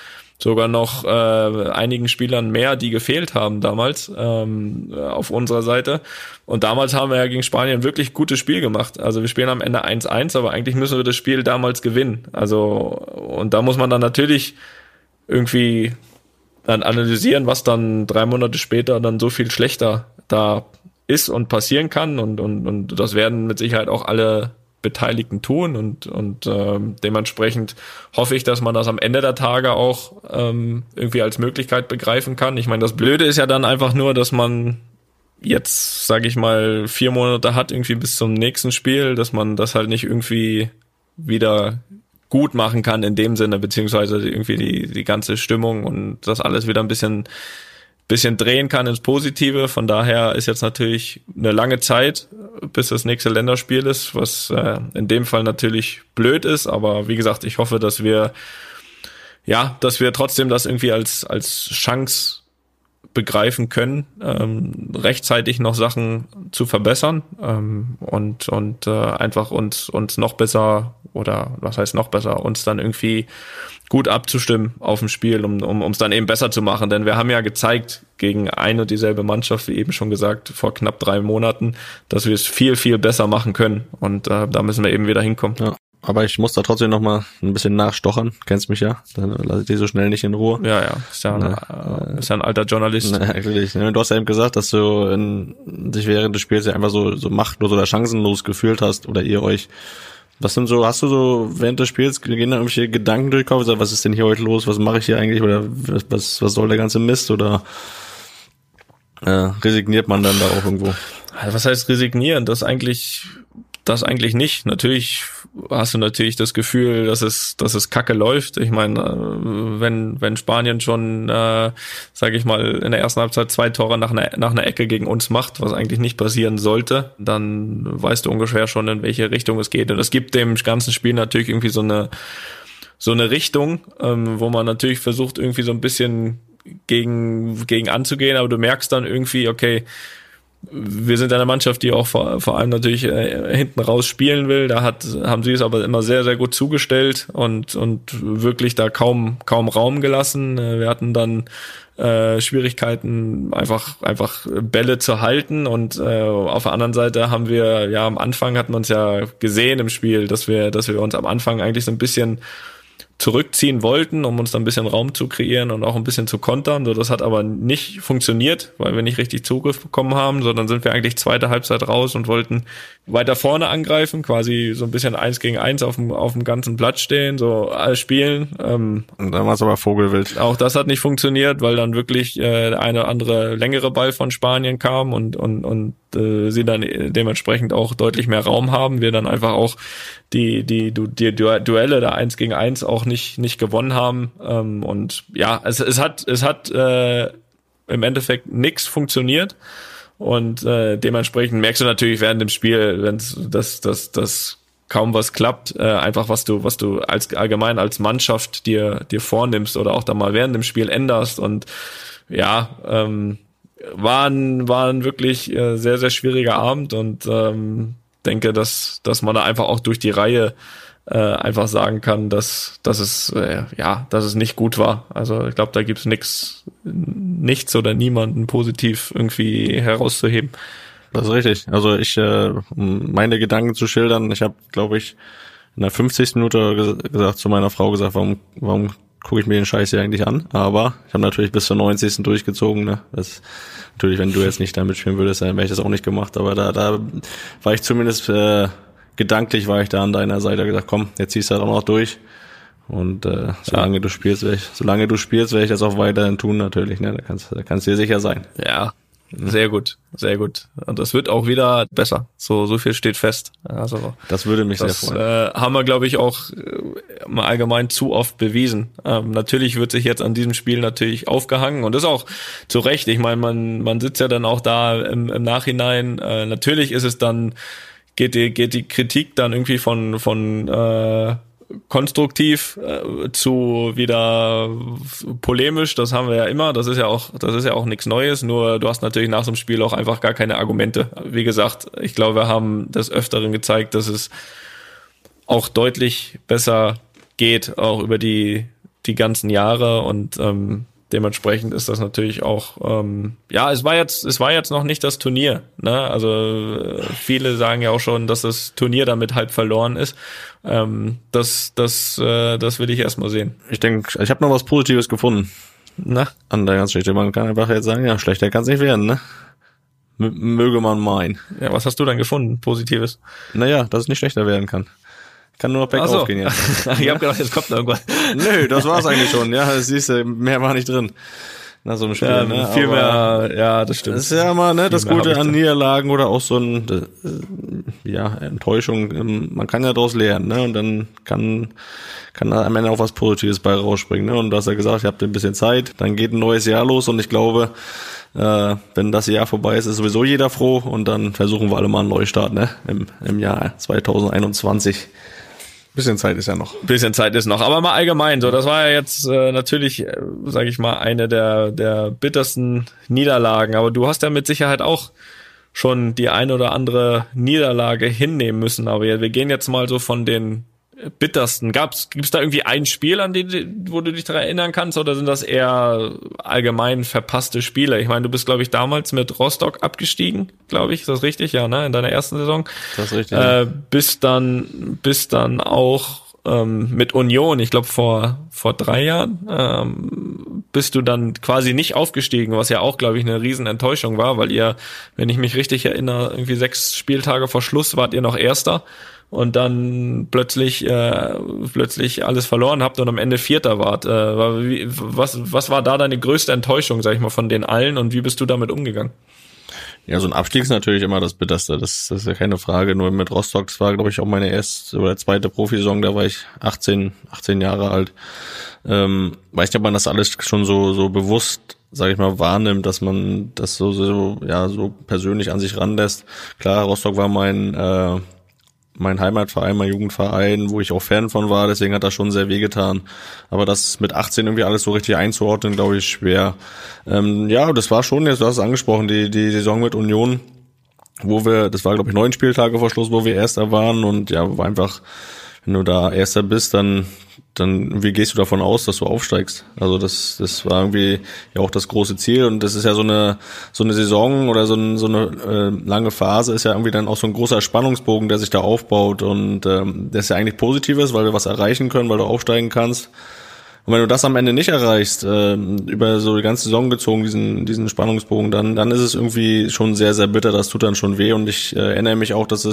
einigen Spielern mehr, die gefehlt haben damals auf unserer Seite. Und damals haben wir ja gegen Spanien wirklich gutes Spiel gemacht. Also wir spielen am Ende 1-1, aber eigentlich müssen wir das Spiel damals gewinnen. Also und da muss man dann natürlich irgendwie dann analysieren, was dann 3 Monate später dann so viel schlechter da ist und passieren kann. Und das werden mit Sicherheit auch alle Beteiligten tun und dementsprechend hoffe ich, dass man das am Ende der Tage auch irgendwie als Möglichkeit begreifen kann. Ich meine, das Blöde ist ja dann einfach nur, dass man jetzt, sage ich mal, 4 Monate hat irgendwie bis zum nächsten Spiel, dass man das halt nicht irgendwie wieder gut machen kann in dem Sinne, beziehungsweise irgendwie die ganze Stimmung und das alles wieder ein bisschen drehen kann ins Positive. Von daher ist jetzt natürlich eine lange Zeit, bis das nächste Länderspiel ist, was in dem Fall natürlich blöd ist. Aber wie gesagt, ich hoffe, dass wir trotzdem das irgendwie als Chance begreifen können, rechtzeitig noch Sachen zu verbessern und einfach uns noch besser, oder was heißt noch besser, uns dann irgendwie gut abzustimmen auf dem Spiel, um es dann eben besser zu machen. Denn wir haben ja gezeigt gegen eine und dieselbe Mannschaft, wie eben schon gesagt, vor knapp 3 Monaten, dass wir es viel, viel besser machen können. Und da müssen wir eben wieder hinkommen. Ja. Aber ich muss da trotzdem noch mal ein bisschen nachstochern. Kennst mich ja, dann lasse ich dich so schnell nicht in Ruhe. Ja. Ist ja ein alter Journalist. Natürlich. Du hast ja eben gesagt, dass du dich während des Spiels ja einfach so machtlos oder chancenlos gefühlt hast, oder ihr euch. Hast du so während des Spiels gehen da irgendwelche Gedanken durch den Kopf? Was ist denn hier heute los? Was mache ich hier eigentlich? Oder was soll der ganze Mist? Oder resigniert man dann da auch irgendwo? Was heißt resignieren? Das eigentlich nicht. Natürlich hast du natürlich das Gefühl, dass es kacke läuft. Ich meine, wenn Spanien schon, sage ich mal, in der ersten Halbzeit 2 Tore nach einer Ecke gegen uns macht, was eigentlich nicht passieren sollte, dann weißt du ungefähr schon, in welche Richtung es geht. Und es gibt dem ganzen Spiel natürlich irgendwie so eine Richtung, wo man natürlich versucht, irgendwie so ein bisschen gegen anzugehen, aber du merkst dann irgendwie, okay, wir sind eine Mannschaft, die auch vor allem natürlich hinten raus spielen will. Da haben sie es aber immer sehr, sehr gut zugestellt und wirklich da kaum Raum gelassen. Wir hatten dann Schwierigkeiten, einfach Bälle zu halten, und auf der anderen Seite haben wir, ja, am Anfang hat man es ja gesehen im Spiel, dass wir uns am Anfang eigentlich so ein bisschen zurückziehen wollten, um uns dann ein bisschen Raum zu kreieren und auch ein bisschen zu kontern. So, das hat aber nicht funktioniert, weil wir nicht richtig Zugriff bekommen haben, sondern sind wir eigentlich zweite Halbzeit raus und wollten weiter vorne angreifen, quasi so ein bisschen 1 gegen 1 auf dem ganzen Platz stehen, so spielen. Und dann war es aber Vogelwild. Auch das hat nicht funktioniert, weil dann wirklich der eine oder andere längere Ball von Spanien kam und sie dann dementsprechend auch deutlich mehr Raum haben. Wir dann einfach auch die Duelle da 1 gegen 1 auch nicht gewonnen haben. Und ja, es hat im Endeffekt nichts funktioniert. Und dementsprechend merkst du natürlich während dem Spiel, wenn das kaum was klappt, einfach was du allgemein als Mannschaft dir vornimmst oder auch da mal während dem Spiel änderst. Und ja, war ein wirklich sehr, sehr schwieriger Abend, und denke, dass man da einfach auch durch die Reihe einfach sagen kann, dass es nicht gut war. Also ich glaube, da gibt's nichts oder niemanden positiv irgendwie herauszuheben. Das ist richtig. Also um meine Gedanken zu schildern, ich habe, glaube ich, in der 50. Minute gesagt, zu meiner Frau gesagt, warum gucke ich mir den Scheiß hier eigentlich an? Aber ich habe natürlich bis zur 90. durchgezogen. Ne? Das natürlich, wenn du jetzt nicht da mitspielen würdest, dann hätte ich das auch nicht gemacht. Aber da war ich zumindest gedanklich war ich da an deiner Seite, gesagt, komm, jetzt ziehst du halt auch noch durch. Und solange du spielst, werde ich das auch weiterhin tun natürlich. Ne? Da kannst du dir sicher sein. Ja, sehr gut, sehr gut. Und das wird auch wieder besser. So viel steht fest. Also das würde mich sehr freuen. Haben wir, glaube ich, auch allgemein zu oft bewiesen. Natürlich wird sich jetzt an diesem Spiel natürlich aufgehangen, und das auch zu Recht. Ich meine, man sitzt ja dann auch da im Nachhinein. Natürlich ist es dann geht die Kritik dann irgendwie von konstruktiv zu wieder polemisch. Das haben wir ja immer. Das ist ja auch nichts Neues. Nur du hast natürlich nach so einem Spiel auch einfach gar keine Argumente. Wie gesagt, ich glaube, wir haben des Öfteren gezeigt, dass es auch deutlich besser geht, auch über die ganzen Jahre, und dementsprechend ist das natürlich auch, es war jetzt noch nicht das Turnier, ne? Also viele sagen ja auch schon, dass das Turnier damit halb verloren ist. Das will ich erstmal sehen. Ich denke, ich habe noch was Positives gefunden. Na? An der ganzen Geschichte. Man kann einfach jetzt sagen, ja, schlechter kann es nicht werden, ne? Möge man meinen. Ja, was hast du dann gefunden, Positives? Naja, dass es nicht schlechter werden kann. Kann nur noch bergauf gehen jetzt. Ich habe gedacht, jetzt kommt noch irgendwas. Nö, das war's eigentlich schon. Ja, das siehst du, mehr war nicht drin. Nach so einem Spiel, ja, ne? Viel mehr, ja, das stimmt. Das ist ja immer, ne, das Gute an Niederlagen oder auch so Enttäuschung. Man kann ja daraus lernen, ne? Und dann kann am Ende auch was Positives bei rausspringen, ne? Und du hast ja gesagt, ihr habt ein bisschen Zeit, dann geht ein neues Jahr los, und ich glaube, wenn das Jahr vorbei ist, ist sowieso jeder froh, und dann versuchen wir alle mal einen Neustart, ne? Im Jahr 2021. Bisschen Zeit ist ja noch. Bisschen Zeit ist noch, aber mal allgemein so, das war ja jetzt natürlich, sage ich mal, eine der bittersten Niederlagen, aber du hast ja mit Sicherheit auch schon die ein oder andere Niederlage hinnehmen müssen, aber wir gehen jetzt mal so von den bittersten. Gibt's da irgendwie ein Spiel, an den, wo du dich daran erinnern kannst, oder sind das eher allgemein verpasste Spiele? Ich meine, du bist, glaube ich, damals mit Rostock abgestiegen, glaube ich. Ist das richtig? Ja, ne? In deiner ersten Saison. Das ist richtig. Bist dann auch mit Union, ich glaube vor 3 Jahren, bist du dann quasi nicht aufgestiegen, was ja auch, glaube ich, eine riesen Enttäuschung war, weil ihr, wenn ich mich richtig erinnere, irgendwie 6 Spieltage vor Schluss wart ihr noch Erster und dann plötzlich alles verloren habt und am Ende Vierter wart. Was war da deine größte Enttäuschung, sag ich mal, von den allen, und wie bist du damit umgegangen? Ja, so ein Abstieg ist natürlich immer das Bitterste, das ist ja keine Frage. Nur mit Rostock, das war, glaube ich, auch meine erste oder zweite Profisaison, da war ich 18 Jahre alt. Weiß nicht, ob man das alles schon so bewusst, sage ich mal, wahrnimmt, dass man das so persönlich an sich ranlässt. Klar, Rostock war mein Heimatverein, mein Jugendverein, wo ich auch Fan von war, deswegen hat das schon sehr wehgetan. Aber das mit 18 irgendwie alles so richtig einzuordnen, glaube ich, schwer. Das war schon, jetzt du hast es angesprochen, die Saison mit Union, das war, glaube ich, 9 Spieltage vor Schluss, wo wir Erster waren, und ja, war einfach, wenn du da Erster bist, dann wie gehst du davon aus, dass du aufsteigst? Also das war irgendwie ja auch das große Ziel, und das ist ja so eine Saison oder so eine lange Phase ist ja irgendwie dann auch so ein großer Spannungsbogen, der sich da aufbaut, und der ist ja eigentlich positiv ist, weil wir was erreichen können, weil du aufsteigen kannst. Und wenn du das am Ende nicht erreichst, über so die ganze Saison gezogen, diesen Spannungsbogen, dann ist es irgendwie schon sehr, sehr bitter, das tut dann schon weh, und ich erinnere mich auch, dass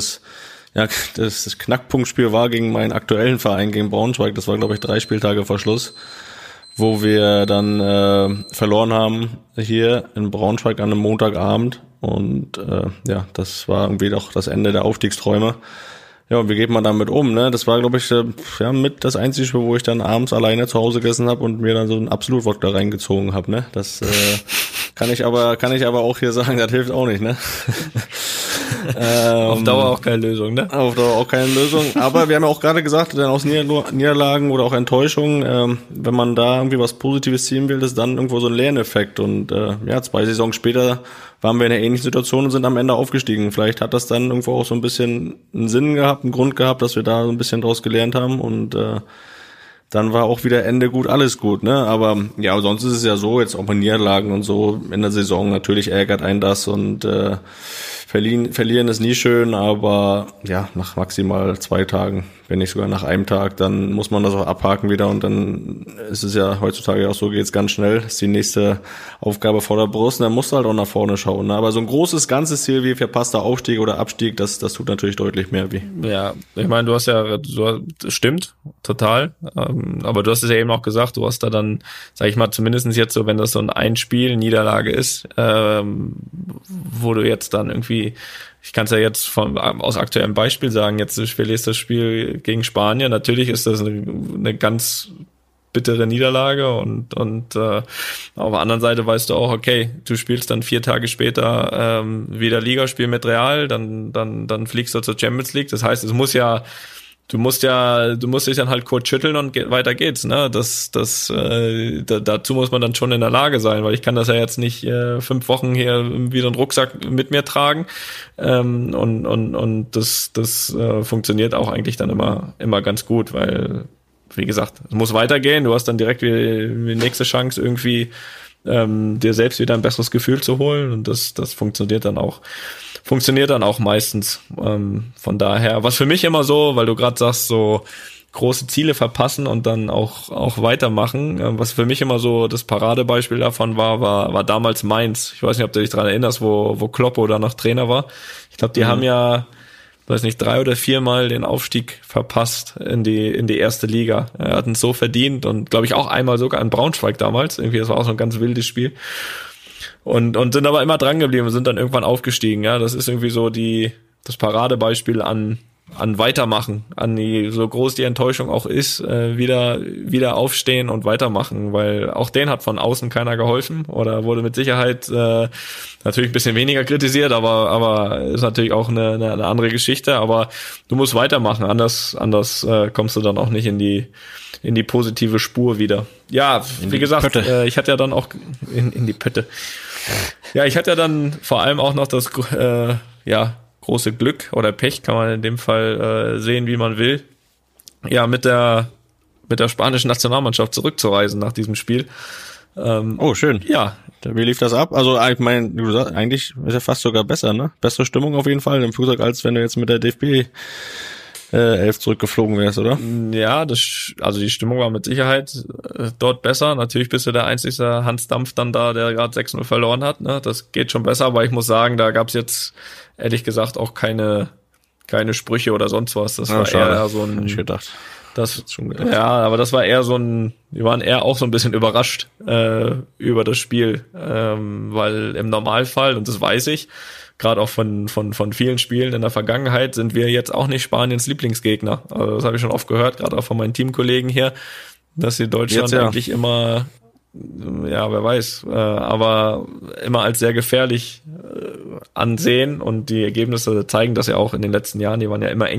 das Knackpunktspiel war gegen meinen aktuellen Verein, gegen Braunschweig. Das war, glaube ich, 3 Spieltage vor Schluss, wo wir dann verloren haben hier in Braunschweig an einem Montagabend. Und das war irgendwie doch das Ende der Aufstiegsträume. Ja, und wie geht man damit um, ne? Das war, glaube ich, mit das Einzige, wo ich dann abends alleine zu Hause gegessen habe und mir dann so ein Absolut-Wodka reingezogen habe, ne? Das kann ich aber auch hier sagen, das hilft auch nicht, ne? Auf Dauer auch keine Lösung, ne? Auf Dauer auch keine Lösung. Aber wir haben ja auch gerade gesagt, dann aus Niederlagen oder auch Enttäuschungen, wenn man da irgendwie was Positives ziehen will, ist dann irgendwo so ein Lerneffekt. Und 2 Saisons später waren wir in einer ähnlichen Situation und sind am Ende aufgestiegen. Vielleicht hat das dann irgendwo auch so ein bisschen einen Sinn gehabt, einen Grund gehabt, dass wir da so ein bisschen draus gelernt haben, und dann war auch wieder Ende gut, alles gut, ne? Aber ja, sonst ist es ja so, jetzt auch bei Niederlagen und so in der Saison, natürlich ärgert einen das, und verlieren ist nie schön, aber ja, nach maximal 2 Tagen, wenn nicht sogar nach einem Tag, dann muss man das auch abhaken wieder, und dann ist es ja heutzutage auch so, geht's ganz schnell, ist die nächste Aufgabe vor der Brust, und dann musst du halt auch nach vorne schauen, ne? Aber so ein großes, ganzes Ziel wie verpasster Aufstieg oder Abstieg, das tut natürlich deutlich mehr weh. Ja, ich meine, das stimmt, total, aber du hast es ja eben auch gesagt, du hast da dann, sag ich mal, zumindest jetzt so, wenn das so ein Spiel Niederlage ist, wo du jetzt dann irgendwie, ich kann es ja jetzt aus aktuellem Beispiel sagen, jetzt du verlierst das Spiel gegen Spanien, natürlich ist das eine ganz bittere Niederlage, und auf der anderen Seite weißt du auch, okay, du spielst dann 4 Tage später wieder Ligaspiel mit Real, dann fliegst du zur Champions League, das heißt, du musst dich dann halt kurz schütteln und weiter geht's, ne? Dazu muss man dann schon in der Lage sein, weil ich kann das ja jetzt nicht 5 Wochen hier wieder einen Rucksack mit mir tragen, und das funktioniert auch eigentlich dann immer ganz gut, weil, wie gesagt, es muss weitergehen, du hast dann direkt die nächste Chance irgendwie dir selbst wieder ein besseres Gefühl zu holen, und das funktioniert dann auch meistens. Von daher, was für mich immer so, weil du gerade sagst, so große Ziele verpassen und dann auch weitermachen, was für mich immer so das Paradebeispiel davon war damals Mainz. Ich weiß nicht, ob du dich daran erinnerst, wo Kloppo da noch Trainer war. Ich glaube, die haben ja, weiß nicht, 3 oder 4 Mal den Aufstieg verpasst in die erste Liga. Er hat es so verdient, und glaube ich auch einmal sogar in Braunschweig damals. Irgendwie, das war auch so ein ganz wildes Spiel. Und sind aber immer dran geblieben und sind dann irgendwann aufgestiegen. Ja, das ist irgendwie so das Paradebeispiel an Weitermachen, so groß die Enttäuschung auch ist, wieder aufstehen und weitermachen, weil auch denen hat von außen keiner geholfen oder wurde mit Sicherheit natürlich ein bisschen weniger kritisiert, aber ist natürlich auch eine andere Geschichte, aber du musst weitermachen, anders kommst du dann auch nicht in die positive Spur wieder. Ja, wie gesagt, ich hatte ja dann auch in die Pötte. Ja, ich hatte ja dann vor allem auch noch das große Glück oder Pech, kann man in dem Fall sehen, wie man will, ja, mit der spanischen Nationalmannschaft zurückzureisen nach diesem Spiel. Oh, schön. Ja. Wie lief das ab? Also ich meine, du sagst, eigentlich ist ja fast sogar besser, ne? Bessere Stimmung auf jeden Fall im Flugzeug, als wenn du jetzt mit der DFB 11 zurückgeflogen wärst, oder? Ja, also die Stimmung war mit Sicherheit dort besser. Natürlich bist du der einzige Hans Dampf dann da, der gerade 6-0 verloren hat. Ne? Das geht schon besser, aber ich muss sagen, da gab's jetzt ehrlich gesagt auch keine Sprüche oder sonst was. Das war schade. Eher so ein... Hätte ich gedacht. Ja, aber das war eher so ein... Wir waren eher auch so ein bisschen überrascht über das Spiel, weil im Normalfall, und das weiß ich, gerade auch von vielen Spielen in der Vergangenheit, sind wir jetzt auch nicht Spaniens Lieblingsgegner. Also das habe ich schon oft gehört, gerade auch von meinen Teamkollegen hier, dass sie Deutschland eigentlich immer, ja, wer weiß, aber immer als sehr gefährlich ansehen, und die Ergebnisse zeigen das ja auch in den letzten Jahren, die waren ja immer eng.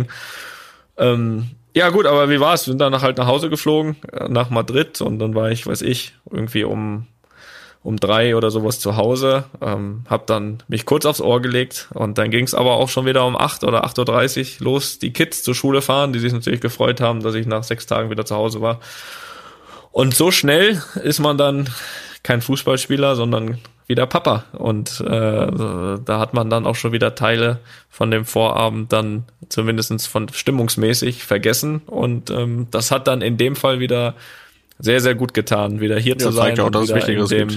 Ja gut, aber wie war's? Wir sind dann halt nach Hause geflogen, nach Madrid, und dann war ich, irgendwie um 3 oder sowas zu Hause, hab dann mich kurz aufs Ohr gelegt, und dann ging's aber auch schon wieder um 8 oder 8:30 Uhr los, die Kids zur Schule fahren, die sich natürlich gefreut haben, dass ich nach 6 Tagen wieder zu Hause war. Und so schnell ist man dann kein Fußballspieler, sondern wieder Papa, und da hat man dann auch schon wieder Teile von dem Vorabend dann zumindest von stimmungsmäßig vergessen, und das hat dann in dem Fall wieder sehr, sehr gut getan, wieder hier zu sein, auch, dass und wieder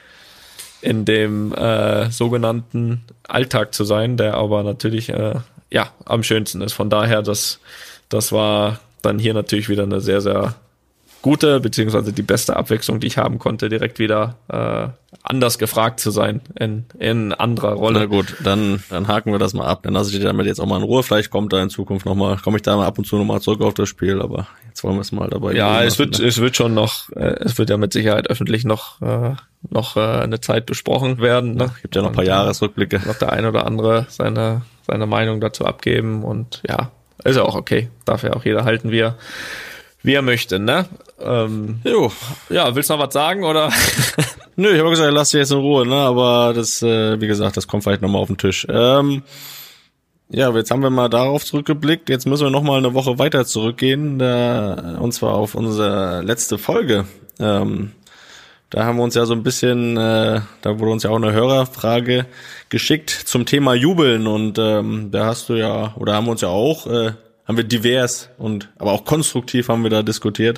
in dem sogenannten Alltag zu sein, der aber natürlich am schönsten ist. Von daher, das war dann hier natürlich wieder eine sehr, sehr gute, beziehungsweise die beste Abwechslung, die ich haben konnte, direkt wieder anders gefragt zu sein in anderer Rolle. Na gut, dann haken wir das mal ab. Dann lasse ich dich damit jetzt auch mal in Ruhe. Vielleicht komme ich da mal ab und zu nochmal zurück auf das Spiel, aber jetzt wollen wir es mal dabei. Ja, es wird schon noch, es wird ja mit Sicherheit öffentlich noch eine Zeit besprochen werden. Ne? Gibt ja noch ein paar Jahresrückblicke. Noch der ein oder andere seine Meinung dazu abgeben, und ja, ist ja auch okay. Darf ja auch jeder halten, wie er möchte, ne? Jo. Ja, willst du noch was sagen, oder? Nö, ich habe gesagt, lass dich jetzt in Ruhe, ne? Aber das, wie gesagt, das kommt vielleicht nochmal auf den Tisch. Ja, jetzt haben wir mal darauf zurückgeblickt. Jetzt müssen wir nochmal eine Woche weiter zurückgehen, und zwar auf unsere letzte Folge. Da haben wir uns ja so ein bisschen, da wurde uns ja auch eine Hörerfrage geschickt zum Thema Jubeln, und da hast du ja, oder haben wir uns ja auch, haben wir divers aber auch konstruktiv haben wir da diskutiert.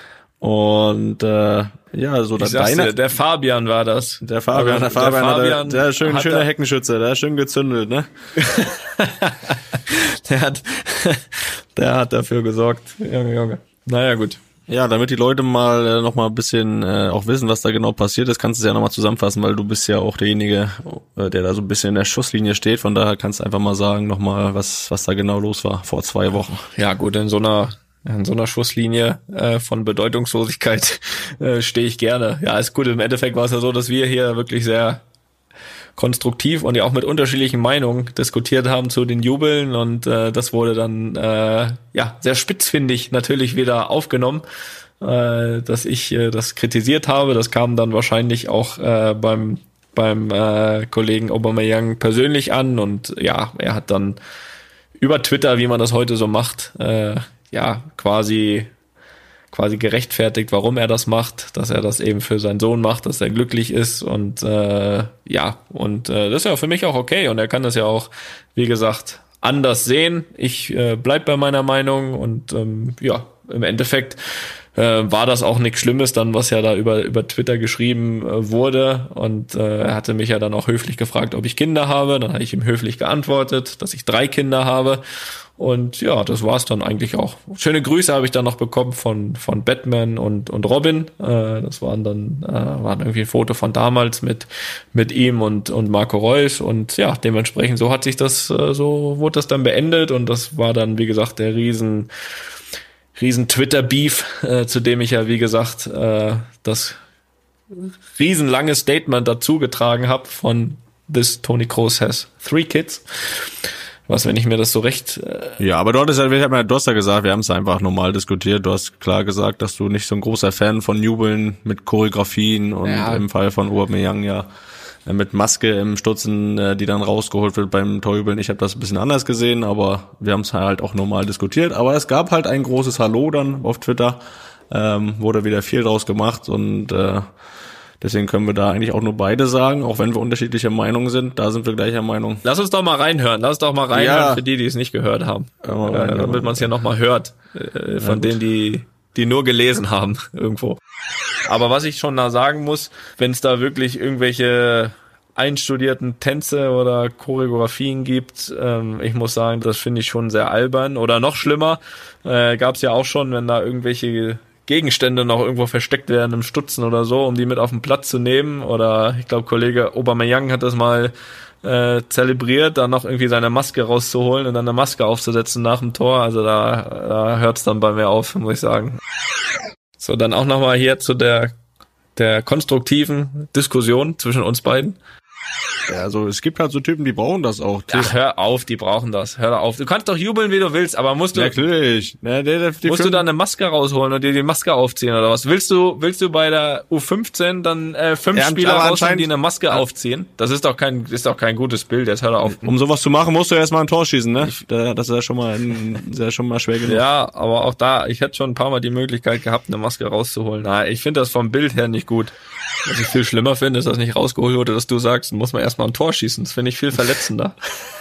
Und so der Fabian war das. Der Fabian hat der schöner Heckenschütze, der hat schön gezündelt, ne? der hat dafür gesorgt. Junge. Naja, gut. Ja, damit die Leute mal noch mal ein bisschen auch wissen, was da genau passiert ist, kannst du es ja noch mal zusammenfassen, weil du bist ja auch derjenige, der da so ein bisschen in der Schusslinie steht. Von daher kannst du einfach mal sagen, noch mal, was da genau los war vor 2 Wochen. Ja gut, in so einer Schusslinie von Bedeutungslosigkeit stehe ich gerne. Ja, ist gut. Im Endeffekt war es ja so, dass wir hier wirklich sehr konstruktiv und ja auch mit unterschiedlichen Meinungen diskutiert haben zu den Jubeln, und das wurde dann sehr spitzfindig natürlich wieder aufgenommen, dass ich das kritisiert habe. Das kam dann wahrscheinlich auch beim Kollegen Aubameyang persönlich an, und ja, er hat dann über Twitter, wie man das heute so macht, quasi gerechtfertigt, warum er das macht, dass er das eben für seinen Sohn macht, dass er glücklich ist, und das ist ja für mich auch okay, und er kann das ja auch, wie gesagt, anders sehen. Ich bleib bei meiner Meinung, und im Endeffekt war das auch nichts Schlimmes dann, was ja da über Twitter geschrieben wurde, und er hatte mich ja dann auch höflich gefragt, ob ich Kinder habe. Dann habe ich ihm höflich geantwortet, dass ich 3 Kinder habe. Und ja, das war's dann eigentlich auch. Schöne Grüße habe ich dann noch bekommen von Batman und Robin. Das waren irgendwie ein Foto von damals mit ihm und Marco Reus. Und ja, dementsprechend so hat sich das, so wurde das dann beendet. Und das war dann, wie gesagt, der riesen Twitter-Beef, zu dem ich ja, wie gesagt, das riesenlange Statement dazu getragen habe von This Tony Kroos has 3 kids. Was, wenn ich mir das so recht... Ja, aber du hast ja gesagt, wir haben es einfach normal diskutiert. Du hast klar gesagt, dass du nicht so ein großer Fan von Jubeln mit Choreografien und im Fall von Aubameyang mit Maske im Stutzen, die dann rausgeholt wird beim Torjubeln. Ich habe das ein bisschen anders gesehen, aber wir haben es halt auch normal diskutiert. Aber es gab halt ein großes Hallo dann auf Twitter, wurde wieder viel draus gemacht und deswegen können wir da eigentlich auch nur beide sagen, auch wenn wir unterschiedlicher Meinung sind. Da sind wir gleicher Meinung. Lass uns doch mal reinhören. Für die es nicht gehört haben. Damit man es ja nochmal hört. Von denen, die nur gelesen haben irgendwo. Aber was ich schon da sagen muss, wenn es da wirklich irgendwelche einstudierten Tänze oder Choreografien gibt, ich muss sagen, das finde ich schon sehr albern. Oder noch schlimmer, gab es ja auch schon, wenn da irgendwelche Gegenstände noch irgendwo versteckt werden im Stutzen oder so, um die mit auf den Platz zu nehmen. Oder ich glaube, Kollege Aubameyang hat das mal zelebriert, dann noch irgendwie seine Maske rauszuholen und dann eine Maske aufzusetzen nach dem Tor. Also da hört's dann bei mir auf, muss ich sagen. So, dann auch nochmal hier zu der konstruktiven Diskussion zwischen uns beiden. Ja, also es gibt halt so Typen, die brauchen das auch. Ach, hör auf, die brauchen das. Hör auf. Du kannst doch jubeln, wie du willst, aber musst du natürlich. Musst du dann eine Maske rausholen und dir die Maske aufziehen oder was? Willst du bei der U15 dann 5 Spieler rausholen, die eine Maske aufziehen? Das ist doch kein gutes Bild. Jetzt hör auf. Um sowas zu machen, musst du erstmal ein Tor schießen, ne? Das ist ja schon mal schwer genug. Ja, aber auch da, ich hätte schon ein paar Mal die Möglichkeit gehabt, eine Maske rauszuholen. Na, ich finde das vom Bild her nicht gut. Was ich viel schlimmer finde, ist, dass nicht rausgeholt wurde, dass du sagst, muss man erstmal ein Tor schießen. Das finde ich viel verletzender.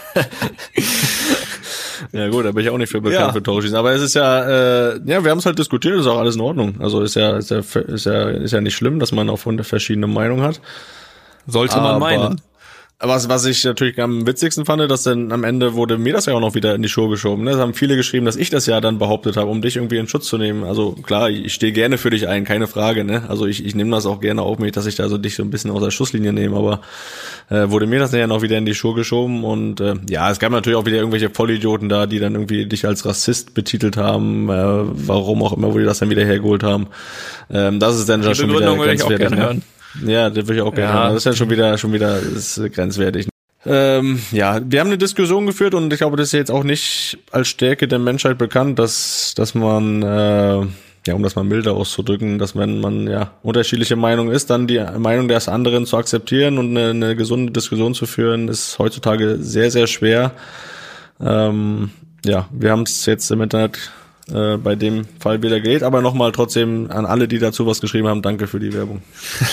Ja gut, da bin ich auch nicht für bekannt für Tore schießen. Aber es ist ja, wir haben es halt diskutiert, ist auch alles in Ordnung. Also ist ja nicht schlimm, dass man auch verschiedene Meinungen hat. Sollte man meinen. Was ich natürlich am witzigsten fand, dass dann am Ende wurde mir das ja auch noch wieder in die Schuhe geschoben. Es haben viele geschrieben, dass ich das ja dann behauptet habe, um dich irgendwie in Schutz zu nehmen. Also klar, ich stehe gerne für dich ein, keine Frage, ne? Also ich nehme das auch gerne auf mich, dass ich da so dich so ein bisschen aus der Schusslinie nehme, aber wurde mir das ja noch wieder in die Schuhe geschoben und es gab natürlich auch wieder irgendwelche Vollidioten da, die dann irgendwie dich als Rassist betitelt haben, warum auch immer, wo die das dann wieder hergeholt haben. Das ist dann schon wieder grenzwertig, ne? Ja, das würde ich auch gerne hören. Das ist ja schon wieder ist grenzwertig. Wir haben eine Diskussion geführt und ich glaube, das ist jetzt auch nicht als Stärke der Menschheit bekannt, dass man, um das mal milder auszudrücken, dass wenn man unterschiedliche Meinungen ist, dann die Meinung des anderen zu akzeptieren und eine gesunde Diskussion zu führen, ist heutzutage sehr, sehr schwer. Wir haben es jetzt im Internet bei dem Fall wieder geht, aber nochmal trotzdem an alle, die dazu was geschrieben haben, danke für die Werbung.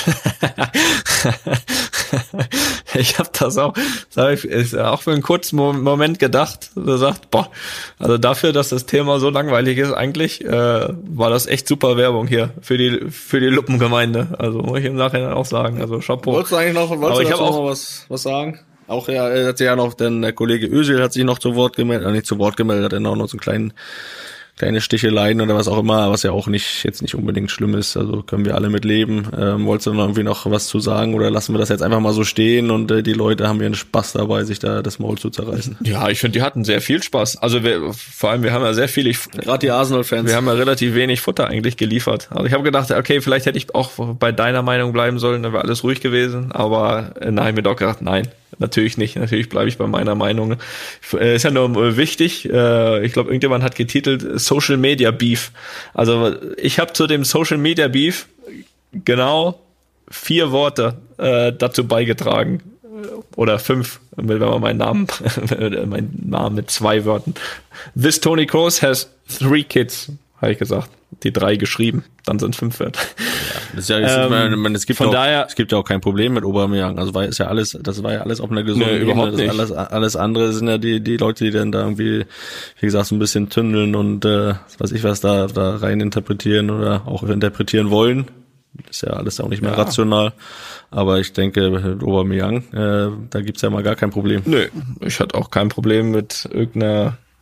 Ich habe das auch für einen kurzen Moment gedacht, gesagt, also dafür, dass das Thema so langweilig ist, eigentlich war das echt super Werbung hier für die Luppengemeinde. Also muss ich im Nachhinein auch sagen. Also Chapeau. Wolltest du eigentlich noch was sagen? Auch hat sich ja noch, denn der Kollege Özil hat sich noch zu Wort gemeldet, nicht zu Wort gemeldet, hat dann auch noch so kleine Sticheleien oder was auch immer, was ja auch jetzt nicht unbedingt schlimm ist, also können wir alle mit leben. Wolltest du noch irgendwie noch was zu sagen oder lassen wir das jetzt einfach mal so stehen und die Leute haben ihren Spaß dabei, sich da das Maul zu zerreißen? Ja, ich finde, die hatten sehr viel Spaß. Also vor allem, wir haben ja sehr viel, gerade die Arsenal-Fans. Wir haben ja relativ wenig Futter eigentlich geliefert. Also ich habe gedacht, okay, vielleicht hätte ich auch bei deiner Meinung bleiben sollen, dann wäre alles ruhig gewesen, aber dann habe ich mir doch gedacht, nein. Natürlich nicht, natürlich bleibe ich bei meiner Meinung. Ist ja nur wichtig, ich glaube, irgendjemand hat getitelt Social Media Beef. Also ich habe zu dem Social Media Beef genau 4 Worte dazu beigetragen. Oder 5, wenn man meinen Namen mit 2 Wörtern. This Tony Kroos has 3 kids, habe ich gesagt. Die 3 geschrieben, dann sind 5 Wörter. Das ist ja, es gibt ja auch kein Problem mit Aubameyang. Also das war ja alles auf einer gesunden Ebene. Überhaupt nicht. Alles andere sind ja die Leute, die dann da irgendwie, wie gesagt, so ein bisschen tündeln und was da rein interpretieren oder auch interpretieren wollen. Das ist ja alles auch nicht mehr rational. Aber ich denke, mit Aubameyang, da gibt's ja mal gar kein Problem. Nö, ich hatte auch kein Problem mit irgendeiner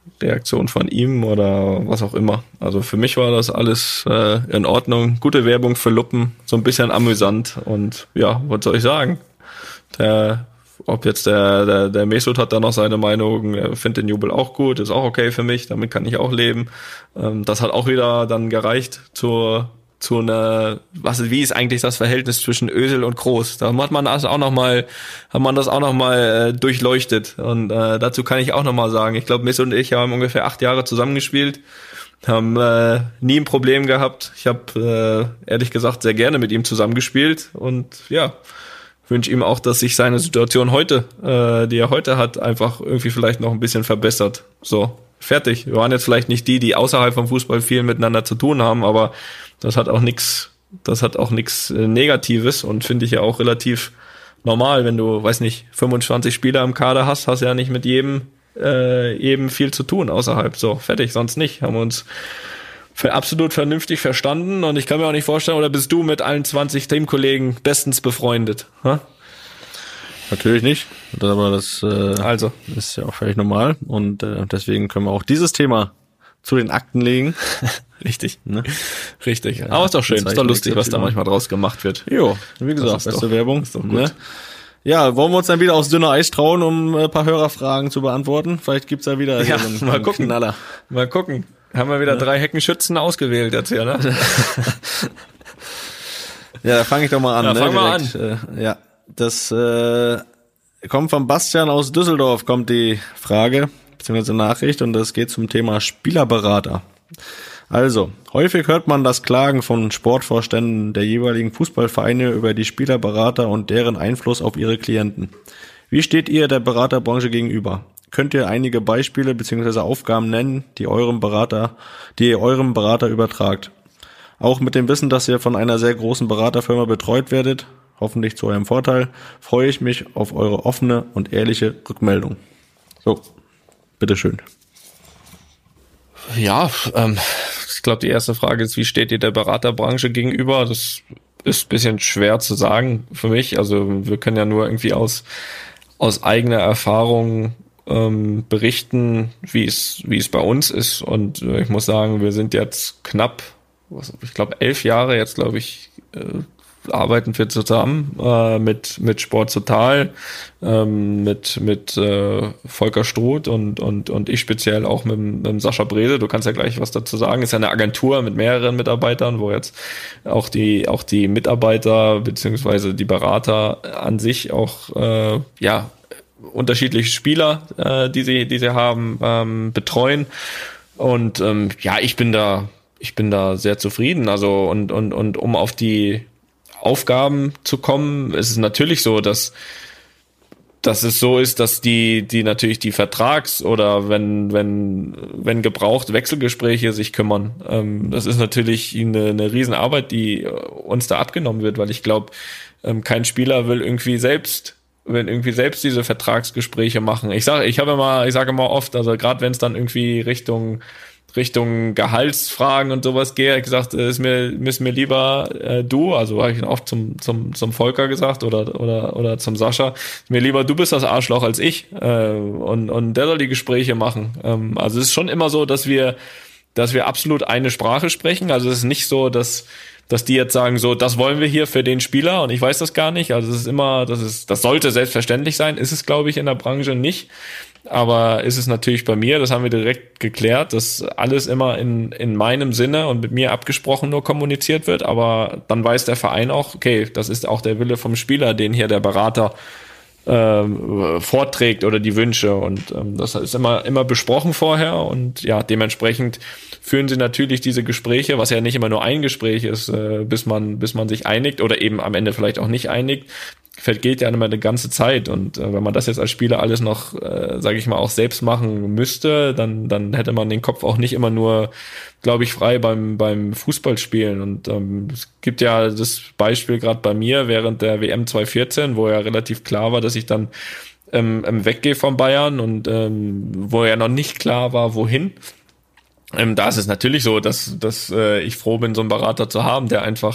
Reaktion von ihm oder was auch immer. Also für mich war das alles in Ordnung. Gute Werbung für Luppen, so ein bisschen amüsant und ja, was soll ich sagen? Ob jetzt der Mesut hat da noch seine Meinung, er findet den Jubel auch gut, ist auch okay für mich, damit kann ich auch leben. Das hat auch wieder dann gereicht zu einer, wie ist eigentlich das Verhältnis zwischen Özil und Kroos? Da hat man das auch noch mal durchleuchtet. Und dazu kann ich auch noch mal sagen, ich glaube, Mesut und ich haben ungefähr 8 Jahre zusammengespielt, haben nie ein Problem gehabt. Ich habe ehrlich gesagt sehr gerne mit ihm zusammengespielt und ja, wünsche ihm auch, dass sich seine Situation heute, die er heute hat, einfach irgendwie vielleicht noch ein bisschen verbessert. So, fertig. Wir waren jetzt vielleicht nicht die außerhalb vom Fußball viel miteinander zu tun haben, aber das hat auch nichts Negatives und finde ich ja auch relativ normal, wenn du, 25 Spieler im Kader hast ja nicht mit jedem viel zu tun außerhalb. So, fertig, sonst nicht. Haben wir uns absolut vernünftig verstanden und ich kann mir auch nicht vorstellen, oder bist du mit allen 20 Teamkollegen bestens befreundet? Ha? Natürlich nicht, aber das ist ja auch völlig normal und deswegen können wir auch dieses Thema zu den Akten legen. Richtig, ne? Richtig. Aber ist doch schön, ist doch lustig, was da manchmal draus gemacht wird. Jo, wie gesagt, beste Werbung. Ist doch gut. Ne? Ja, wollen wir uns dann wieder aufs dünne Eis trauen, um ein paar Hörerfragen zu beantworten? Vielleicht gibt's ja wieder ja, so einen mal gucken. Knaller. Mal gucken. Haben wir wieder 3 Heckenschützen ausgewählt jetzt hier, ne? Ja, da fange ich doch mal an. Ja, ne? fang mal an. Ja, das kommt von Bastian aus Düsseldorf, kommt die Frage, beziehungsweise Nachricht, und das geht zum Thema Spielerberater. Also, häufig hört man das Klagen von Sportvorständen der jeweiligen Fußballvereine über die Spielerberater und deren Einfluss auf ihre Klienten. Wie steht ihr der Beraterbranche gegenüber? Könnt ihr einige Beispiele bzw. Aufgaben nennen, die ihr eurem Berater übertragt? Auch mit dem Wissen, dass ihr von einer sehr großen Beraterfirma betreut werdet, hoffentlich zu eurem Vorteil, freue ich mich auf eure offene und ehrliche Rückmeldung. So, bitteschön. Ja, ich glaube, die erste Frage ist, wie steht ihr der Beraterbranche gegenüber? Das ist ein bisschen schwer zu sagen für mich. Also wir können ja nur irgendwie aus eigener Erfahrung berichten, wie es bei uns ist. Und ich muss sagen, wir sind jetzt knapp, ich glaube 11 Jahre jetzt, arbeiten wir zusammen mit Sport Total, mit Volker Struth und ich speziell auch mit Sascha Brede. Du kannst ja gleich was dazu sagen. Ist ja eine Agentur mit mehreren Mitarbeitern, wo jetzt auch die Mitarbeiter beziehungsweise die Berater an sich auch unterschiedliche Spieler, die sie haben, betreuen. Und ich bin da sehr zufrieden. Also und um auf die Aufgaben zu kommen, ist es natürlich so, dass es so ist, dass die natürlich die Vertrags- oder wenn gebraucht Wechselgespräche sich kümmern. Das ist natürlich eine Riesenarbeit, die uns da abgenommen wird, weil ich glaube, kein Spieler will irgendwie selbst diese Vertragsgespräche machen. Ich sage immer oft, also gerade wenn es dann irgendwie Richtung Gehaltsfragen und sowas gehe, ich gesagt, ist mir lieber du, also habe ich oft zum Volker gesagt oder zum Sascha, ist mir lieber du bist das Arschloch als ich und der soll die Gespräche machen. Also es ist schon immer so, dass wir absolut eine Sprache sprechen. Also es ist nicht so, dass die jetzt sagen, so, das wollen wir hier für den Spieler und ich weiß das gar nicht. Also es ist immer, das sollte selbstverständlich sein, ist es, glaube ich, in der Branche nicht. Aber ist es natürlich bei mir, das haben wir direkt geklärt, dass alles immer in meinem Sinne und mit mir abgesprochen nur kommuniziert wird. Aber dann weiß der Verein auch, okay, das ist auch der Wille vom Spieler, den hier der Berater vorträgt oder die Wünsche. Und das ist immer besprochen vorher. Und ja, dementsprechend führen sie natürlich diese Gespräche, was ja nicht immer nur ein Gespräch ist, bis man sich einigt oder eben am Ende vielleicht auch nicht einigt. Vergeht ja immer eine ganze Zeit und wenn man das jetzt als Spieler alles noch, sage ich mal, auch selbst machen müsste, dann hätte man den Kopf auch nicht immer nur, glaube ich, frei beim Fußballspielen und es gibt ja das Beispiel gerade bei mir während der WM 2014, wo ja relativ klar war, dass ich dann weggehe von Bayern und wo ja noch nicht klar war, wohin. Da ist es natürlich so, dass ich froh bin, so einen Berater zu haben, der einfach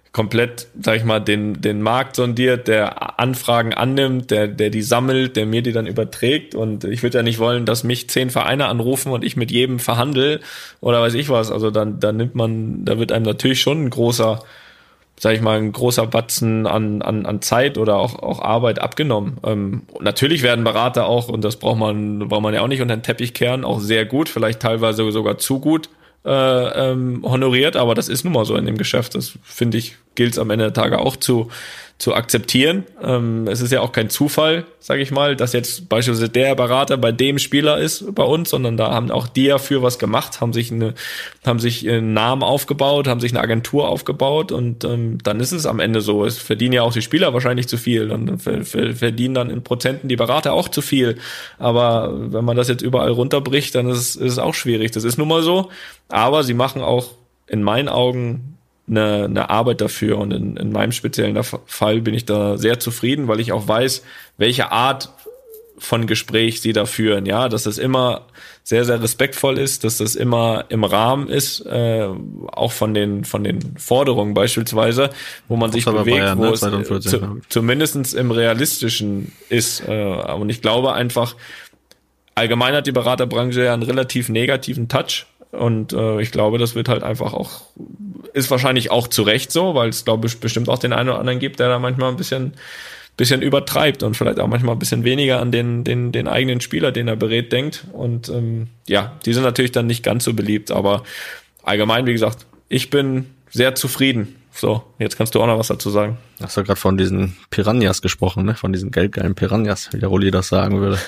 komplett, sag ich mal, den Markt sondiert, der Anfragen annimmt, der die sammelt, der mir die dann überträgt. Und ich würde ja nicht wollen, dass mich 10 Vereine anrufen und ich mit jedem verhandle oder weiß ich was. Also da wird einem natürlich schon ein großer Batzen an Zeit oder auch Arbeit abgenommen. Natürlich werden Berater auch, und das braucht man ja auch nicht unter den Teppich kehren, auch sehr gut, vielleicht teilweise sogar zu gut honoriert, aber das ist nun mal so in dem Geschäft. Das, finde ich, gilt es am Ende der Tage auch zu akzeptieren. Es ist ja auch kein Zufall, sage ich mal, dass jetzt beispielsweise der Berater bei dem Spieler ist bei uns, sondern da haben auch die ja für was gemacht, haben sich einen Namen aufgebaut, haben sich eine Agentur aufgebaut und dann ist es am Ende so. Es verdienen ja auch die Spieler wahrscheinlich zu viel, dann verdienen dann in Prozenten die Berater auch zu viel. Aber wenn man das jetzt überall runterbricht, dann ist es auch schwierig. Das ist nun mal so. Aber sie machen auch in meinen Augen eine Arbeit dafür und in meinem speziellen Fall bin ich da sehr zufrieden, weil ich auch weiß, welche Art von Gespräch sie da führen, ja, dass das immer sehr, sehr respektvoll ist, dass das immer im Rahmen ist, auch von den Forderungen beispielsweise, wo man sich bewegt, Bayern, wo es zumindest im Realistischen ist. Und ich glaube einfach, allgemein hat die Beraterbranche ja einen relativ negativen Touch. Und ich glaube, das wird halt einfach auch, ist wahrscheinlich auch zu Recht so, weil es, glaube ich, bestimmt auch den einen oder anderen gibt, der da manchmal ein bisschen übertreibt und vielleicht auch manchmal ein bisschen weniger an den eigenen Spieler, den er berät, denkt. Und die sind natürlich dann nicht ganz so beliebt, aber allgemein, wie gesagt, ich bin sehr zufrieden. So, jetzt kannst du auch noch was dazu sagen. Du hast ja gerade von diesen Piranhas gesprochen, ne? Von diesen geldgeilen Piranhas, wie der Rolli das sagen würde.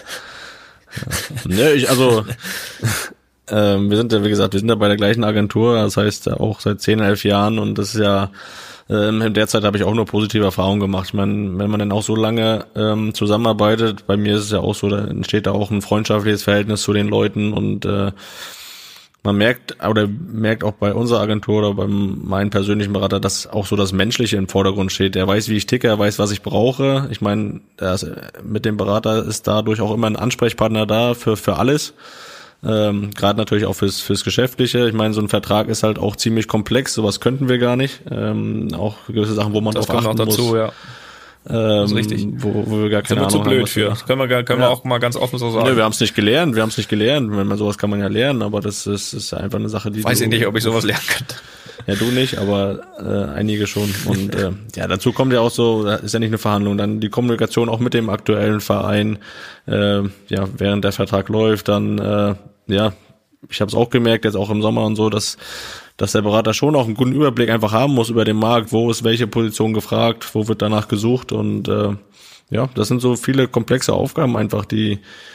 Wir sind ja, wie gesagt, bei der gleichen Agentur, das heißt auch seit 10, 11 Jahren und das ist ja, in der Zeit habe ich auch nur positive Erfahrungen gemacht. Ich meine, wenn man dann auch so lange zusammenarbeitet, bei mir ist es ja auch so, da entsteht da auch ein freundschaftliches Verhältnis zu den Leuten und man merkt auch bei unserer Agentur oder bei meinem persönlichen Berater, dass auch so das Menschliche im Vordergrund steht. Er weiß, wie ich ticke, er weiß, was ich brauche. Ich meine, mit dem Berater ist dadurch auch immer ein Ansprechpartner da für alles. Gerade natürlich auch fürs Geschäftliche. Ich meine, so ein Vertrag ist halt auch ziemlich komplex, sowas könnten wir gar nicht. Auch gewisse Sachen, wo man drauf achten muss. Das kommt noch dazu, ja. Das ist richtig. Wo wir gar keine Ahnung haben. Sind wir zu blöd für. Das können wir auch mal ganz offen so sagen. Nö, wir haben es nicht gelernt. Wenn man sowas kann man ja lernen, aber das ist einfach eine Sache, die weiß ich nicht, ob ich sowas lernen könnte. Ja, du nicht, aber einige schon. Und dazu kommt ja auch so, da ist ja nicht eine Verhandlung, dann die Kommunikation auch mit dem aktuellen Verein, während der Vertrag läuft, dann ich habe es auch gemerkt, jetzt auch im Sommer und so, dass der Berater schon auch einen guten Überblick einfach haben muss über den Markt, wo ist welche Position gefragt, wo wird danach gesucht und das sind so viele komplexe Aufgaben einfach, die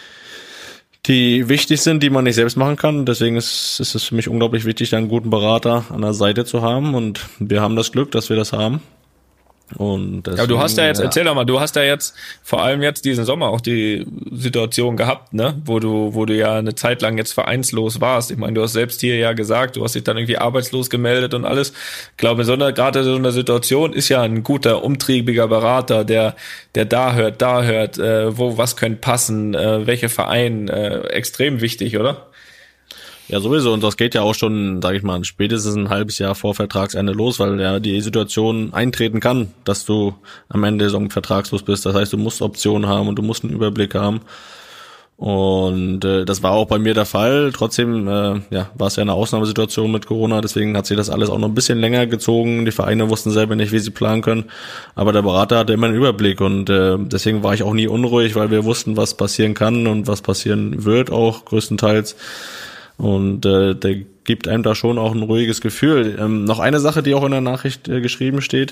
wichtig sind, die man nicht selbst machen kann. Deswegen ist es für mich unglaublich wichtig, da einen guten Berater an der Seite zu haben und wir haben das Glück, dass wir das haben. Und deswegen, aber du hast ja jetzt, erzähl doch mal, du hast ja jetzt vor allem jetzt diesen Sommer auch die Situation gehabt, ne, wo du ja eine Zeit lang jetzt vereinslos warst. Ich meine, du hast selbst hier ja gesagt, du hast dich dann irgendwie arbeitslos gemeldet und alles. Ich glaube, gerade so eine Situation ist ja ein guter, umtriebiger Berater, der da hört, was könnte passen, welche Verein, extrem wichtig, oder? Ja, sowieso. Und das geht ja auch schon, sage ich mal, spätestens ein halbes Jahr vor Vertragsende los, weil ja die Situation eintreten kann, dass du am Ende so vertragslos bist. Das heißt, du musst Optionen haben und du musst einen Überblick haben. Und das war auch bei mir der Fall. Trotzdem war es ja eine Ausnahmesituation mit Corona, deswegen hat sich das alles auch noch ein bisschen länger gezogen. Die Vereine wussten selber nicht, wie sie planen können, aber der Berater hatte immer einen Überblick und deswegen war ich auch nie unruhig, weil wir wussten, was passieren kann und was passieren wird auch größtenteils. Und der gibt einem da schon auch ein ruhiges Gefühl. Noch eine Sache, die auch in der Nachricht geschrieben steht.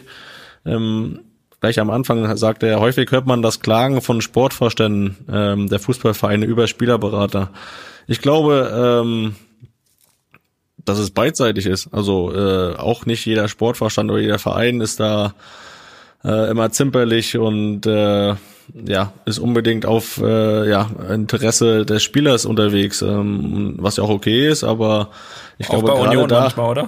Gleich am Anfang sagt er, häufig hört man das Klagen von Sportvorständen der Fußballvereine über Spielerberater. Ich glaube, dass es beidseitig ist. Also auch nicht jeder Sportvorstand oder jeder Verein ist da immer zimperlich und ist unbedingt auf Interesse des Spielers unterwegs, was ja auch okay ist, aber ich glaube bei gerade Union da manchmal, oder?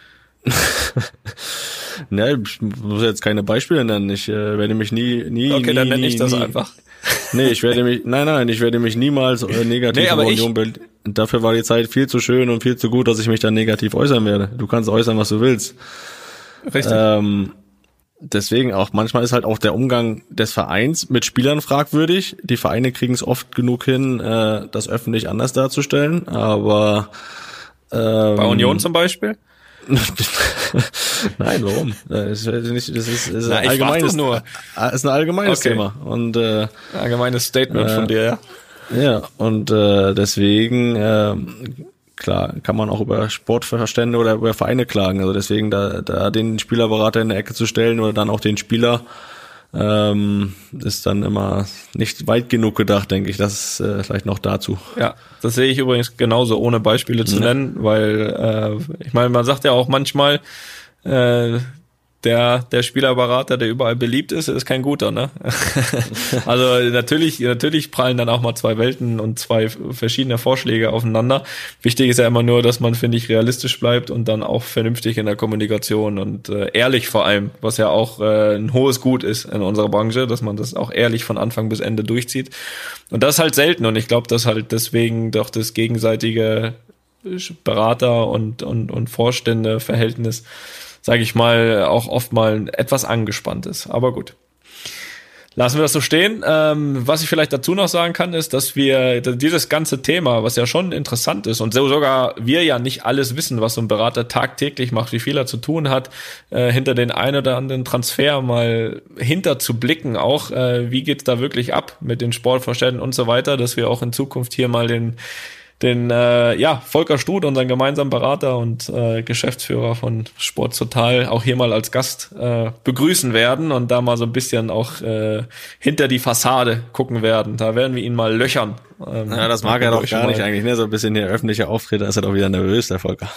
Ne, ich muss jetzt keine Beispiele nennen. Ich werde mich nie. Okay, dann nenne ich das einfach. Nee, ich werde mich niemals negativ über Union bilden. Dafür war die Zeit viel zu schön und viel zu gut, dass ich mich dann negativ äußern werde. Du kannst äußern, was du willst. richtig. Deswegen auch, manchmal ist halt auch der Umgang des Vereins mit Spielern fragwürdig. Die Vereine kriegen es oft genug hin, das öffentlich anders darzustellen, aber bei Union zum Beispiel? Nein, warum? Das ist ein allgemeines Thema. Und allgemeines Statement von dir, ja. Ja, und deswegen klar, kann man auch über Sportverstände oder über Vereine klagen. Also deswegen da den Spielerberater in der Ecke zu stellen oder dann auch den Spieler, ist dann immer nicht weit genug gedacht, denke ich. Das ist vielleicht noch dazu. Ja, das sehe ich übrigens genauso, ohne Beispiele zu nennen, weil ich meine, man sagt ja auch manchmal, der Spielerberater, der überall beliebt ist kein guter, ne? Also natürlich prallen dann auch mal zwei Welten und zwei verschiedene Vorschläge aufeinander. Wichtig ist ja immer nur, dass man, finde ich, realistisch bleibt und dann auch vernünftig in der Kommunikation und ehrlich vor allem, was ja auch ein hohes Gut ist in unserer Branche, dass man das auch ehrlich von Anfang bis Ende durchzieht. Und das ist halt selten und ich glaube, dass halt deswegen doch das gegenseitige Berater und Vorstände-Verhältnis, sage ich mal, auch oft mal etwas angespannt ist. Aber gut. Lassen wir das so stehen. Was ich vielleicht dazu noch sagen kann, ist, dass wir dieses ganze Thema, was ja schon interessant ist und so sogar wir ja nicht alles wissen, was so ein Berater tagtäglich macht, wie viel er zu tun hat, hinter den ein oder anderen Transfer mal hinter zu blicken, auch wie geht's da wirklich ab mit den Sportvorständen und so weiter, dass wir auch in Zukunft hier mal den Volker Struth, unseren gemeinsamen Berater und Geschäftsführer von Sport Total, auch hier mal als Gast begrüßen werden und da mal so ein bisschen auch hinter die Fassade gucken werden. Da werden wir ihn mal löchern. Ja, das mag er doch gar nicht eigentlich, ne? So ein bisschen der öffentliche Auftritt, da ist er doch wieder nervös, der Volker.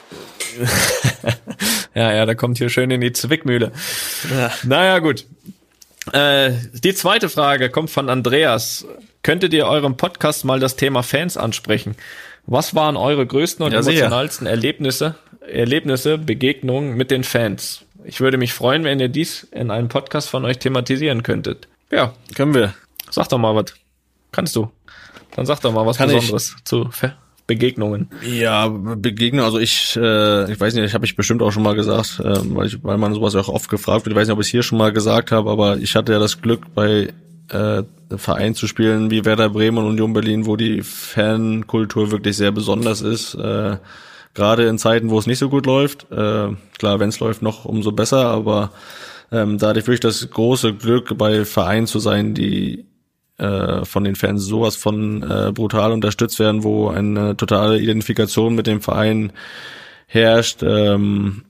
Ja, der kommt hier schön in die Zwickmühle. Ja. Naja, gut. Die zweite Frage kommt von Andreas. Könntet ihr eurem Podcast mal das Thema Fans ansprechen? Was waren eure größten und emotionalsten Erlebnisse, Begegnungen mit den Fans? Ich würde mich freuen, wenn ihr dies in einem Podcast von euch thematisieren könntet. Ja. Können wir. Sag doch mal was. Kannst du. Dann sag doch mal was Besonderes zu Begegnungen. Ja, Begegnungen, also ich weiß nicht, habe ich bestimmt auch schon mal gesagt, weil man sowas auch oft gefragt wird. Ich weiß nicht, ob ich es hier schon mal gesagt habe, aber ich hatte ja das Glück, bei Verein zu spielen wie Werder Bremen und Union Berlin, wo die Fankultur wirklich sehr besonders ist. Gerade in Zeiten, wo es nicht so gut läuft. Klar, wenn es läuft, noch umso besser, aber da hatte ich wirklich das große Glück, bei Vereinen zu sein, die von den Fans sowas von brutal unterstützt werden, wo eine totale Identifikation mit dem Verein herrscht. Bei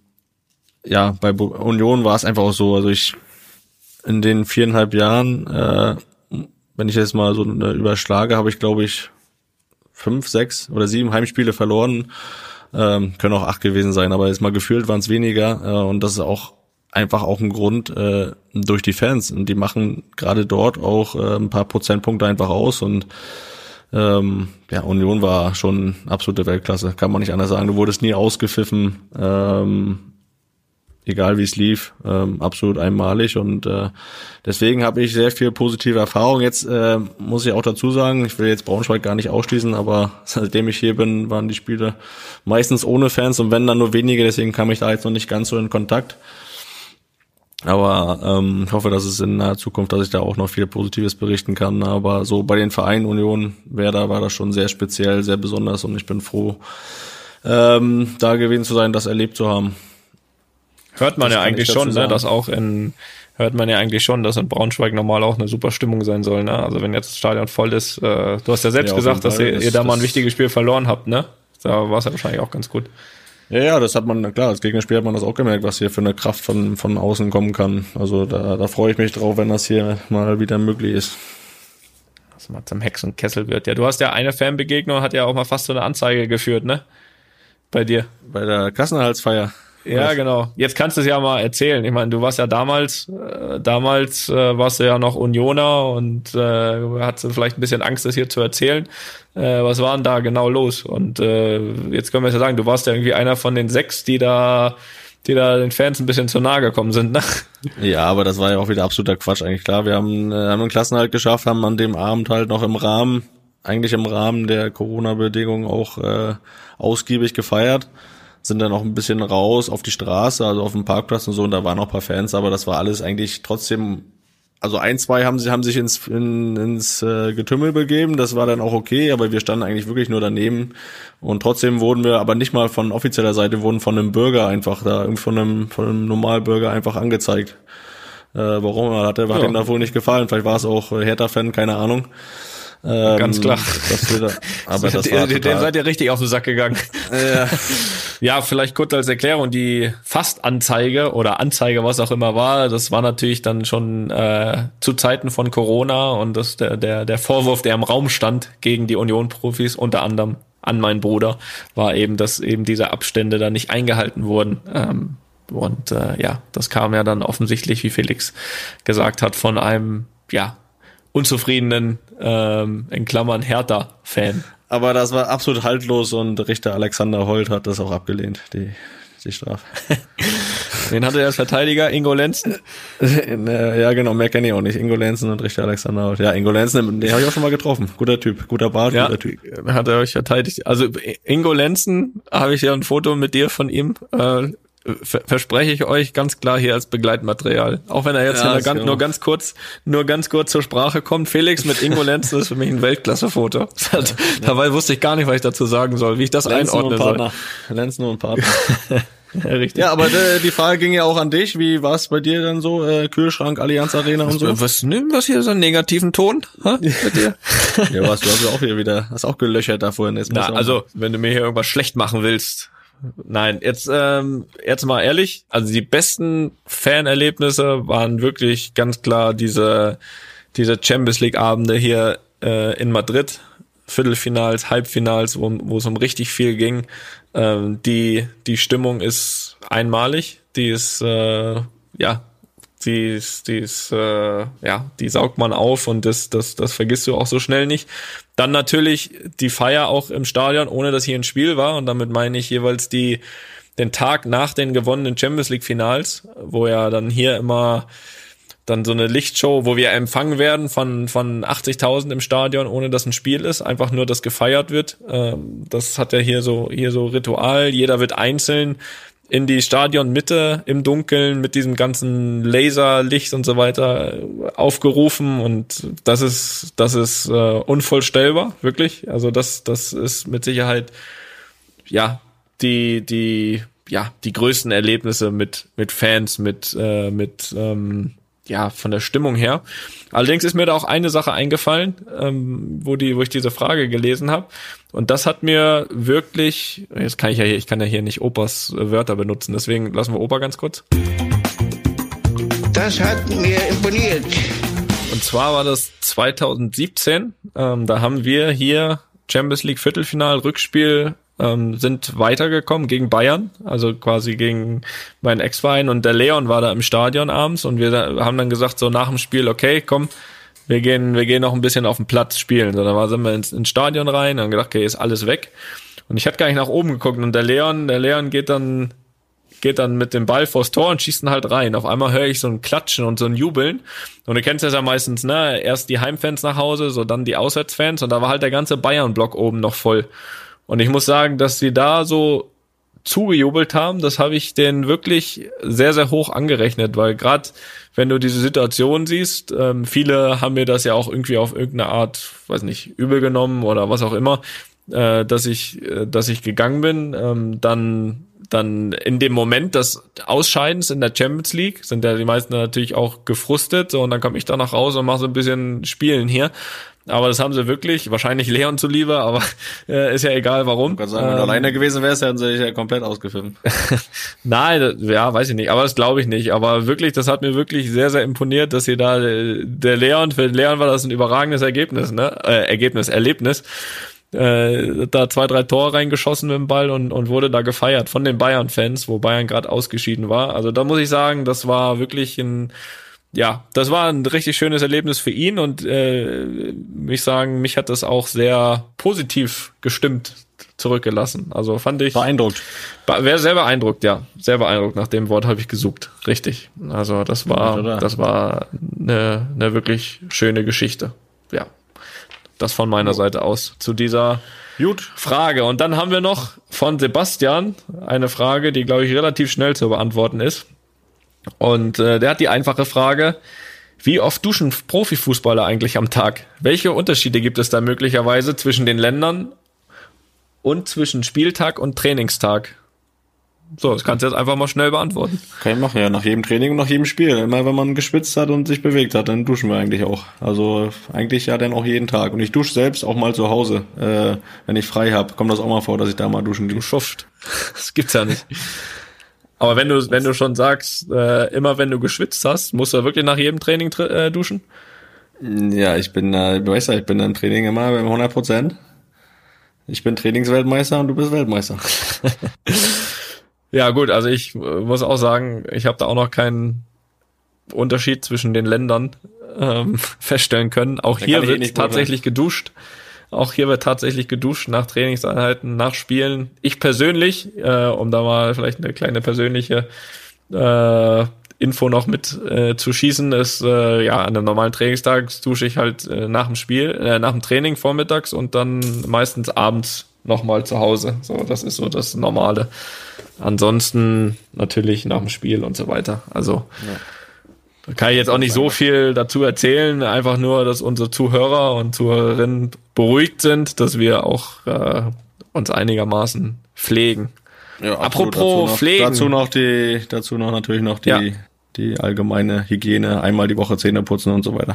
Union war es einfach auch so, also in den 4,5 Jahren, wenn ich jetzt mal so überschlage, habe ich, glaube ich, 5, 6 oder 7 Heimspiele verloren. Können auch 8 gewesen sein, aber jetzt mal gefühlt waren es weniger. Und das ist auch einfach auch ein Grund durch die Fans. Und die machen gerade dort auch ein paar Prozentpunkte einfach aus. Und Union war schon absolute Weltklasse, kann man nicht anders sagen. Du wurdest nie ausgepfiffen. Egal wie es lief, absolut einmalig und deswegen habe ich sehr viel positive Erfahrung. Jetzt muss ich auch dazu sagen, ich will jetzt Braunschweig gar nicht ausschließen, aber seitdem ich hier bin, waren die Spiele meistens ohne Fans und wenn dann nur wenige, deswegen kam ich da jetzt noch nicht ganz so in Kontakt. Aber ich hoffe, dass es in naher Zukunft, dass ich da auch noch viel Positives berichten kann. Aber so bei den Vereinen Union, Werder war das schon sehr speziell, sehr besonders und ich bin froh, da gewesen zu sein, das erlebt zu haben. Hört man ja eigentlich schon, ne, dass in Braunschweig normal auch eine super Stimmung sein soll, ne? Also wenn jetzt das Stadion voll ist, du hast ja selbst gesagt, dass ihr da mal ein wichtiges Spiel verloren habt, ne? Da war es ja wahrscheinlich auch ganz gut. Ja, das hat man, klar, als Gegnerspiel hat man das auch gemerkt, was hier für eine Kraft von außen kommen kann. Also da freue ich mich drauf, wenn das hier mal wieder möglich ist. Dass mal zum Hexenkessel wird. Ja, du hast ja eine Fanbegegnung, hat ja auch mal fast so eine Anzeige geführt, ne? Bei dir. Bei der Klassenerhaltsfeier. Ja, genau. Jetzt kannst du es ja mal erzählen. Ich meine, du warst ja damals warst du ja noch Unioner und hattest vielleicht ein bisschen Angst, das hier zu erzählen. Was war denn da genau los? Und jetzt können wir ja sagen, du warst ja irgendwie einer von den 6, die da den Fans ein bisschen zu nahe gekommen sind, ne? Ja, aber das war ja auch wieder absoluter Quatsch eigentlich. Klar, wir haben einen Klassenerhalt geschafft, haben an dem Abend halt noch im Rahmen der Corona-Bedingungen auch ausgiebig gefeiert. sind dann auch ein bisschen raus auf die Straße, also auf dem Parkplatz und so, und da waren auch ein paar Fans, aber das war alles eigentlich trotzdem, also 1, 2 haben sich ins Getümmel begeben, das war dann auch okay, aber wir standen eigentlich wirklich nur daneben und trotzdem wurden wir aber nicht mal von offizieller Seite, wurden von einem Bürger einfach da, irgendwie von einem Normalbürger einfach angezeigt. Warum? Hat ihm da wohl nicht gefallen, vielleicht war es auch Hertha-Fan, keine Ahnung. Ganz klar. Aber das war dem seid ihr richtig auf den Sack gegangen. Ja, vielleicht kurz als Erklärung, die Fastanzeige oder Anzeige, was auch immer war, das war natürlich dann schon zu Zeiten von Corona und das der Vorwurf, der im Raum stand gegen die Union-Profis, unter anderem an meinen Bruder, war eben, dass eben diese Abstände da nicht eingehalten wurden. Das kam ja dann offensichtlich, wie Felix gesagt hat, von einem, unzufriedenen, in Klammern Hertha-Fan. Aber das war absolut haltlos und Richter Alexander Holt hat das auch abgelehnt, die Strafe. Wen hatte er als Verteidiger? Ingo Lenzen? Ja, genau, mehr kenne ich auch nicht. Ingo Lenzen und Richter Alexander Holt. Ja, Ingo Lenzen, den habe ich auch schon mal getroffen. Guter Typ, guter Bart, guter Typ. Hat er euch verteidigt. Also Ingo Lenzen, habe ich ja ein Foto mit dir von ihm, verspreche ich euch ganz klar hier als Begleitmaterial. Auch wenn er jetzt nur ganz kurz zur Sprache kommt. Felix mit Ingo Lenzen ist für mich ein Weltklasse-Foto. Dabei wusste ich gar nicht, was ich dazu sagen soll, wie ich das Lenzen einordnen soll. Lenzen und Partner. Ja, richtig. Ja, aber die Frage ging ja auch an dich. Wie war es bei dir dann so? Kühlschrank, Allianz Arena und so? Was hier so einen negativen Ton? Bei dir? Ja, du hast auch hast auch gelöchert da vorhin. Also, wenn du mir hier irgendwas schlecht machen willst. Nein, jetzt mal ehrlich, also die besten Fanerlebnisse waren wirklich ganz klar diese Champions League Abende hier in Madrid, Viertelfinals, Halbfinals, wo es um richtig viel ging. Die Stimmung ist einmalig, die saugt man auf und das vergisst du auch so schnell nicht. Dann natürlich die Feier auch im Stadion, ohne dass hier ein Spiel war, und damit meine ich jeweils den Tag nach den gewonnenen Champions League Finals, wo ja dann hier immer dann so eine Lichtshow, wo wir empfangen werden von 80.000 im Stadion, ohne dass ein Spiel ist, einfach nur, dass gefeiert wird. Das hat ja hier so Ritual. Jeder wird einzeln in die Stadionmitte im Dunkeln mit diesem ganzen Laserlicht und so weiter aufgerufen, und das ist unvorstellbar, wirklich. Also das ist mit Sicherheit die größten Erlebnisse mit Fans, von der Stimmung her. Allerdings ist mir da auch eine Sache eingefallen, wo ich diese Frage gelesen habe. Und das hat mir wirklich, ich kann ja hier nicht Opas Wörter benutzen, deswegen lassen wir Opa ganz kurz. Das hat mir imponiert. Und zwar war das 2017, da haben wir hier Champions League Viertelfinal, Rückspiel, sind weitergekommen gegen Bayern, also quasi gegen meinen Ex-Verein, und der Leon war da im Stadion abends, und wir haben dann gesagt, so nach dem Spiel, okay, komm, wir gehen noch ein bisschen auf den Platz spielen. So, dann sind wir ins Stadion rein, haben gedacht, okay, ist alles weg. Und ich hatte gar nicht nach oben geguckt, und der Leon geht dann mit dem Ball vors Tor und schießt ihn halt rein. Auf einmal höre ich so ein Klatschen und so ein Jubeln. Und du kennst das ja meistens, ne? Erst die Heimfans nach Hause, so dann die Auswärtsfans, und da war halt der ganze Bayern-Block oben noch voll. Und ich muss sagen, dass sie da so zugejubelt haben, das habe ich denen wirklich sehr, sehr hoch angerechnet, weil gerade wenn du diese Situation siehst, viele haben mir das ja auch irgendwie auf irgendeine Art, weiß nicht, übel genommen oder was auch immer, dass ich gegangen bin, dann in dem Moment des Ausscheidens in der Champions League sind ja die meisten natürlich auch gefrustet, so, und dann komme ich da noch raus und mache so ein bisschen Spielen hier. Aber das haben sie wirklich, wahrscheinlich Leon zuliebe, aber ist ja egal warum. Ich kann sagen, wenn du alleine gewesen wärst, hätten sie dich ja komplett ausgepfiffen. Nein, weiß ich nicht, aber das glaube ich nicht. Aber wirklich, das hat mir wirklich sehr, sehr imponiert, dass hier da für Leon war das ein überragendes Erlebnis. Da 2, 3 Tore reingeschossen mit dem Ball und wurde da gefeiert von den Bayern-Fans, wo Bayern gerade ausgeschieden war. Also da muss ich sagen, das war wirklich das war ein richtig schönes Erlebnis für ihn, und mich hat das auch sehr positiv gestimmt zurückgelassen. Also fand ich beeindruckt. Wäre sehr beeindruckt, ja. Sehr beeindruckt. Nach dem Wort habe ich gesucht. Richtig. Also das war eine wirklich schöne Geschichte. Ja. Das von meiner Seite aus zu dieser Frage. Und dann haben wir noch von Sebastian eine Frage, die, glaube ich, relativ schnell zu beantworten ist. Und der hat die einfache Frage: Wie oft duschen Profifußballer eigentlich am Tag? Welche Unterschiede gibt es da möglicherweise zwischen den Ländern und zwischen Spieltag und Trainingstag? So, das kannst du jetzt einfach mal schnell beantworten. Kann ich machen, ja. Nach jedem Training und nach jedem Spiel. Immer wenn man geschwitzt hat und sich bewegt hat, dann duschen wir eigentlich auch. Also eigentlich ja dann auch jeden Tag. Und ich dusche selbst auch mal zu Hause, wenn ich frei habe. Kommt das auch mal vor, dass ich da mal duschen gehe. Du schufft. Das gibt's ja nicht. Aber wenn du schon sagst, immer wenn du geschwitzt hast, musst du wirklich nach jedem Training duschen? Ja, ich bin im Training immer bei 100%. Ich bin Trainingsweltmeister und du bist Weltmeister. Ja gut, also ich muss auch sagen, ich habe da auch noch keinen Unterschied zwischen den Ländern feststellen können. Auch hier wird tatsächlich geduscht. Auch hier wird tatsächlich geduscht nach Trainingseinheiten, nach Spielen. Ich persönlich, um da mal vielleicht eine kleine persönliche Info noch mit zu schießen, ist ja an einem normalen Trainingstag dusche ich halt nach dem Training vormittags und dann meistens abends nochmal zu Hause. So, das ist so das Normale. Ansonsten natürlich nach dem Spiel und so weiter. Also da kann ich jetzt auch nicht so viel dazu erzählen. Einfach nur, dass unsere Zuhörer und Zuhörerinnen beruhigt sind, dass wir auch uns einigermaßen pflegen. Ja, apropos pflegen. Dazu noch natürlich noch die allgemeine Hygiene, einmal die Woche Zähne putzen und so weiter.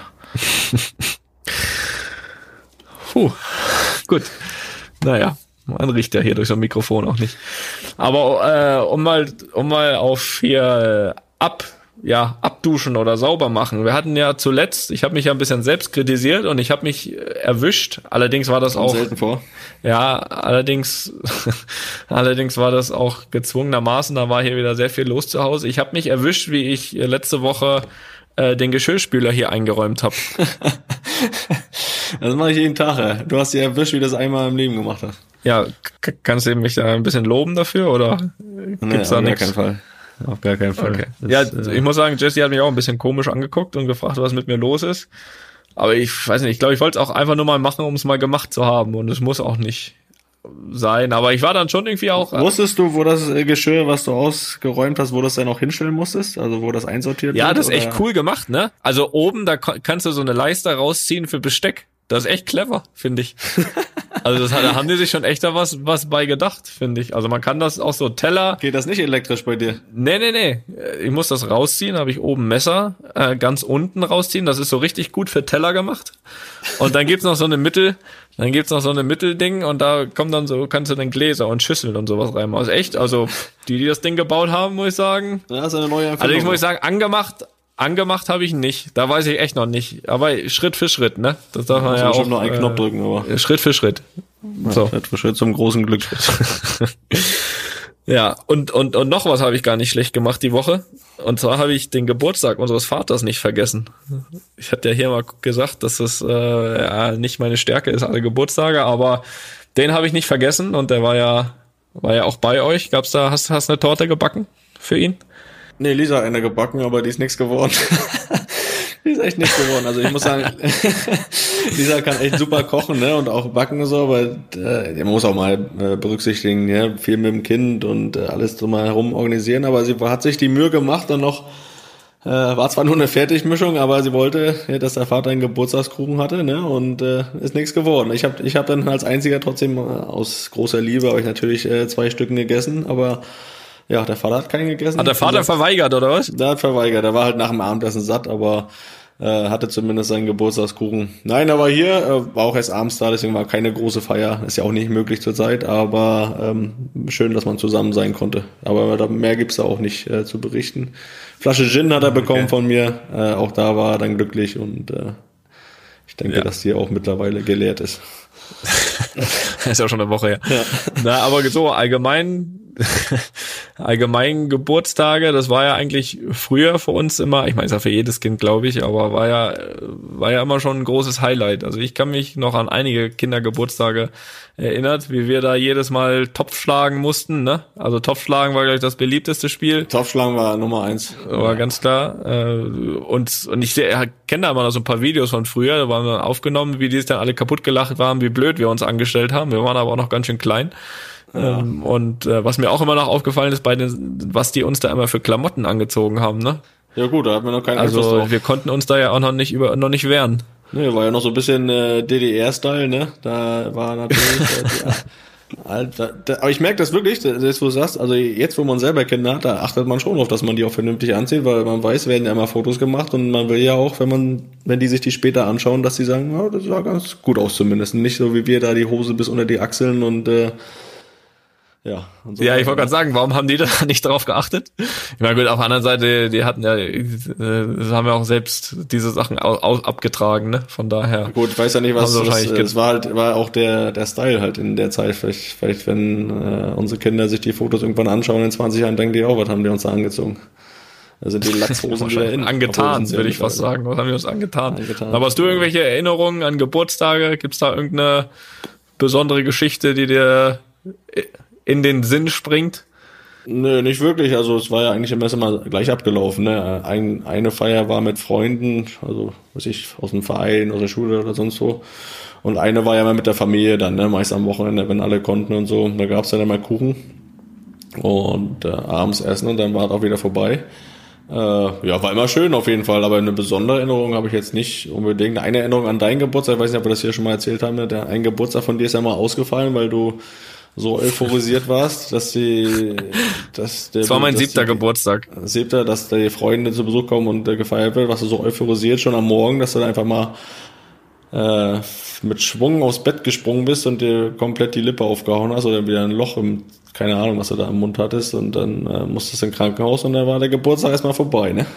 Gut. Naja, man riecht ja hier durch so ein Mikrofon auch nicht. Aber um mal auf hier abduschen oder sauber machen. Wir hatten ja zuletzt, ich habe mich ja ein bisschen selbst kritisiert und ich habe mich erwischt. Allerdings war das auch selten vor. Ja, allerdings war das auch gezwungenermaßen. Da war hier wieder sehr viel los zu Hause. Ich habe mich erwischt, wie ich letzte Woche den Geschirrspüler hier eingeräumt habe. Das mache ich jeden Tag. Ja. Du hast dir erwischt, wie du das einmal im Leben gemacht hast. Ja, kannst du mich da ein bisschen loben dafür oder gibt's da nichts? Auf gar keinen Fall. Okay. Ja, ich muss sagen, Jesse hat mich auch ein bisschen komisch angeguckt und gefragt, was mit mir los ist. Aber ich weiß nicht, ich glaube, ich wollte es auch einfach nur mal machen, um es mal gemacht zu haben. Und es muss auch nicht sein. Aber ich war dann schon irgendwie auch... Wusstest du, wo das Geschirr, was du ausgeräumt hast, wo das dann auch hinstellen musstest? Also wo das einsortiert wird? Ja, das ist echt cool gemacht, ne? Also oben, da kannst du so eine Leiste rausziehen für Besteck. Das ist echt clever, finde ich. Also da haben die sich schon echt da was bei gedacht, finde ich. Also man kann das auch so Teller... Geht das nicht elektrisch bei dir? Nee. Ich muss das rausziehen, habe ich oben Messer ganz unten rausziehen. Das ist so richtig gut für Teller gemacht. Und dann gibt's noch so eine Mittelding und da kommen dann so, kannst du dann Gläser und Schüsseln und sowas reinmachen. Also echt, also die das Ding gebaut haben, muss ich sagen. Das ist eine neue Erfindung. Allerdings muss ich sagen, angemacht habe ich nicht. Da weiß ich echt noch nicht. Aber Schritt für Schritt, ne? Das darf man ja auch. Schon noch einen Knopf drücken, aber. Schritt für Schritt. So. Schritt für Schritt zum großen Glück. Ja, und noch was habe ich gar nicht schlecht gemacht die Woche. Und zwar habe ich den Geburtstag unseres Vaters nicht vergessen. Ich hatte ja hier mal gesagt, dass das nicht meine Stärke ist, alle Geburtstage, aber den habe ich nicht vergessen und der war ja auch bei euch. Hast eine Torte gebacken für ihn? Nee, Lisa hat eine gebacken, aber die ist nichts geworden. Die ist echt nichts geworden. Also ich muss sagen, Lisa kann echt super kochen, ne, und auch backen und so, aber man muss auch mal berücksichtigen, ja, viel mit dem Kind und alles drumherum organisieren, aber sie hat sich die Mühe gemacht und noch war zwar nur eine Fertigmischung, aber sie wollte, ja, dass der Vater einen Geburtstagskuchen hatte, ne, und ist nichts geworden. Ich hab dann als einziger trotzdem aus großer Liebe habe ich natürlich 2 Stücken gegessen, aber ja, der Vater hat keinen gegessen. Hat der Vater verweigert, oder was? Der hat verweigert. Der war halt nach dem Abendessen satt, aber hatte zumindest seinen Geburtstagskuchen. Nein, aber hier war auch erst abends da, deswegen war keine große Feier. Ist ja auch nicht möglich zurzeit, aber schön, dass man zusammen sein konnte. Aber mehr gibt's da auch nicht zu berichten. Flasche Gin hat er bekommen von mir. Auch da war er dann glücklich und ich denke, dass die auch mittlerweile geleert ist. Ist ja schon eine Woche her. Ja. Na, aber so allgemein Geburtstage, das war ja eigentlich früher für uns immer, ich meine, ist ja für jedes Kind, glaube ich, aber war ja immer schon ein großes Highlight. Also ich kann mich noch an einige Kindergeburtstage erinnert, wie wir da jedes Mal Topf schlagen mussten, ne? Also Topfschlagen war, glaube ich, das beliebteste Spiel. Topfschlagen war Nummer 1. War ganz klar. Und ich kenne da immer noch so ein paar Videos von früher, da waren wir aufgenommen, wie die es dann alle kaputt gelacht haben, wie blöd wir uns angestellt haben. Wir waren aber auch noch ganz schön klein. Ja. Und was mir auch immer noch aufgefallen ist, was die uns da immer für Klamotten angezogen haben, ne? Ja gut, da hatten wir noch keinen Einfluss Also drauf. wir konnten uns da ja auch noch nicht wehren. Ne, war ja noch so ein bisschen DDR-Style, ne? Da war natürlich aber ich merke das wirklich, das wo du sagst, also jetzt, wo man selber Kinder hat, da achtet man schon drauf, dass man die auch vernünftig anzieht, weil man weiß, werden ja immer Fotos gemacht und man will ja auch, wenn die sich die später anschauen, dass die sagen, ja, das sah ganz gut aus zumindest. Nicht so wie wir da die Hose bis unter die Achseln und ja. Und so Ja, ich wollte gerade sagen, warum haben die da nicht drauf geachtet? Ich meine, gut, auf der anderen Seite, die hatten ja, haben ja auch selbst diese Sachen abgetragen, ne? Von daher. Gut, ich weiß ja nicht, was Haben sie wahrscheinlich es war auch der Style halt in der Zeit. Vielleicht wenn unsere Kinder sich die Fotos irgendwann anschauen in 20 Jahren, denken die auch, was haben die uns da angezogen? Also die Latzhosen wieder in. Angetan, würde ich fast sagen. Was haben wir uns angetan? Aber hast du irgendwelche Erinnerungen an Geburtstage? Gibt's da irgendeine besondere Geschichte, die dir in den Sinn springt? Nö, nicht wirklich. Also es war ja eigentlich immer gleich abgelaufen. Ne? Eine Feier war mit Freunden, also weiß ich, aus dem Verein, aus der Schule oder sonst wo. Und eine war ja mal mit der Familie dann, ne? Meist am Wochenende, wenn alle konnten und so. Da gab's dann immer Kuchen und abends essen und dann war es auch wieder vorbei. Ja, war immer schön auf jeden Fall, aber eine besondere Erinnerung habe ich jetzt nicht unbedingt. Eine Erinnerung an deinen Geburtstag, ich weiß nicht, ob wir das hier schon mal erzählt haben, ein Geburtstag von dir ist ja mal ausgefallen, weil du so euphorisiert warst, das war mein 7. Geburtstag. 7., dass die Freunde zu Besuch kommen und gefeiert wird, warst du so euphorisiert schon am Morgen, dass du dann einfach mal mit Schwung aufs Bett gesprungen bist und dir komplett die Lippe aufgehauen hast oder wieder ein Loch keine Ahnung, was du da im Mund hattest und dann musstest du ins Krankenhaus und dann war der Geburtstag erstmal vorbei, ne?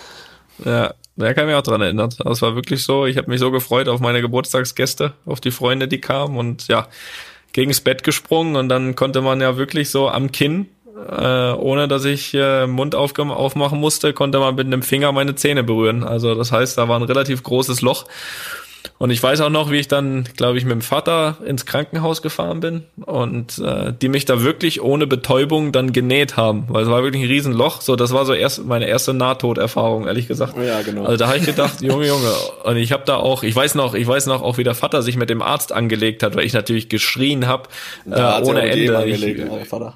Ja, da kann ich mich auch dran erinnern. Das war wirklich so, ich habe mich so gefreut auf meine Geburtstagsgäste, auf die Freunde, die kamen und ja, gegens Bett gesprungen und dann konnte man ja wirklich so am Kinn, ohne dass ich Mund aufmachen musste, konnte man mit einem Finger meine Zähne berühren. Also das heißt, da war ein relativ großes Loch. Und ich weiß auch noch, wie ich dann, glaube ich, mit dem Vater ins Krankenhaus gefahren bin und die mich da wirklich ohne Betäubung dann genäht haben, weil es war wirklich ein Riesenloch. So, das war so meine erste Nahtoderfahrung, ehrlich gesagt. Ja, genau. Also da habe ich gedacht, Junge, und ich habe da auch, ich weiß noch auch, wie der Vater sich mit dem Arzt angelegt hat, weil ich natürlich geschrien habe ohne Ende.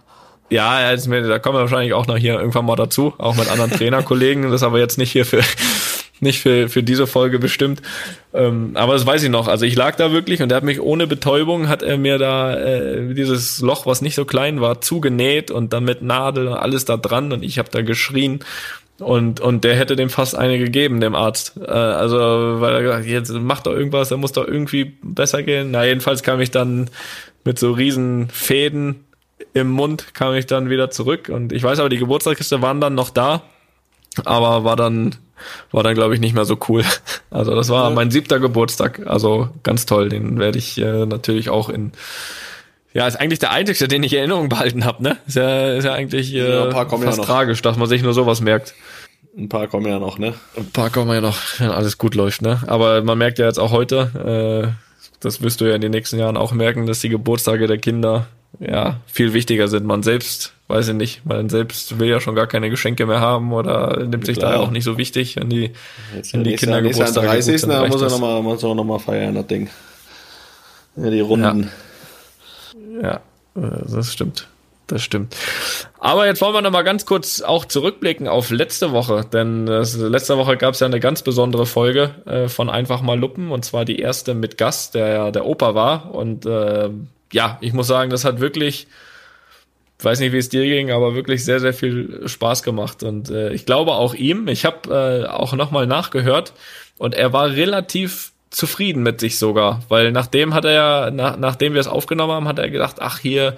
Ja, da kommen wir wahrscheinlich auch noch hier irgendwann mal dazu, auch mit anderen Trainerkollegen. Das ist aber jetzt nicht hier nicht für diese Folge bestimmt. Aber das weiß ich noch. Also ich lag da wirklich und er hat mich ohne Betäubung, hat er mir da dieses Loch, was nicht so klein war, zugenäht und dann mit Nadel und alles da dran und ich habe da geschrien. Und der hätte dem fast eine gegeben, dem Arzt. Also, weil er gesagt, jetzt mach doch irgendwas, da muss doch irgendwie besser gehen. Na, jedenfalls kam ich dann mit so riesen Fäden im Mund, kam ich dann wieder zurück. Und ich weiß aber, die Geburtstagskiste waren dann noch da, aber war dann glaube ich nicht mehr so cool. Also das war mein 7. Geburtstag, also ganz toll, den werde ich natürlich auch ist eigentlich der einzige, den ich in Erinnerung behalten habe, ne? Ist ja eigentlich ein paar kommen fast ja noch. Tragisch, dass man sich nur sowas merkt. Ein paar kommen ja noch, ne? Ein paar kommen ja noch, wenn alles gut läuft, ne? Aber man merkt ja jetzt auch heute, das wirst du ja in den nächsten Jahren auch merken, dass die Geburtstage der Kinder viel wichtiger sind. Man selbst, weiß ich nicht, man selbst will ja schon gar keine Geschenke mehr haben oder nimmt sich da auch nicht so wichtig an die Kindergeburtstage. Am 30. Da muss er noch mal feiern, das Ding. Ja, die Runden. Ja, das stimmt. Das stimmt. Aber jetzt wollen wir noch mal ganz kurz auch zurückblicken auf letzte Woche, denn letzte Woche gab es ja eine ganz besondere Folge von Einfach mal Luppen und zwar die erste mit Gast, der ja der Opa war und ich muss sagen, das hat wirklich, weiß nicht, wie es dir ging, aber wirklich sehr, sehr viel Spaß gemacht und ich glaube auch ihm, ich habe auch noch mal nachgehört und er war relativ zufrieden mit sich sogar, weil nachdem wir es aufgenommen haben, hat er gedacht, ach hier,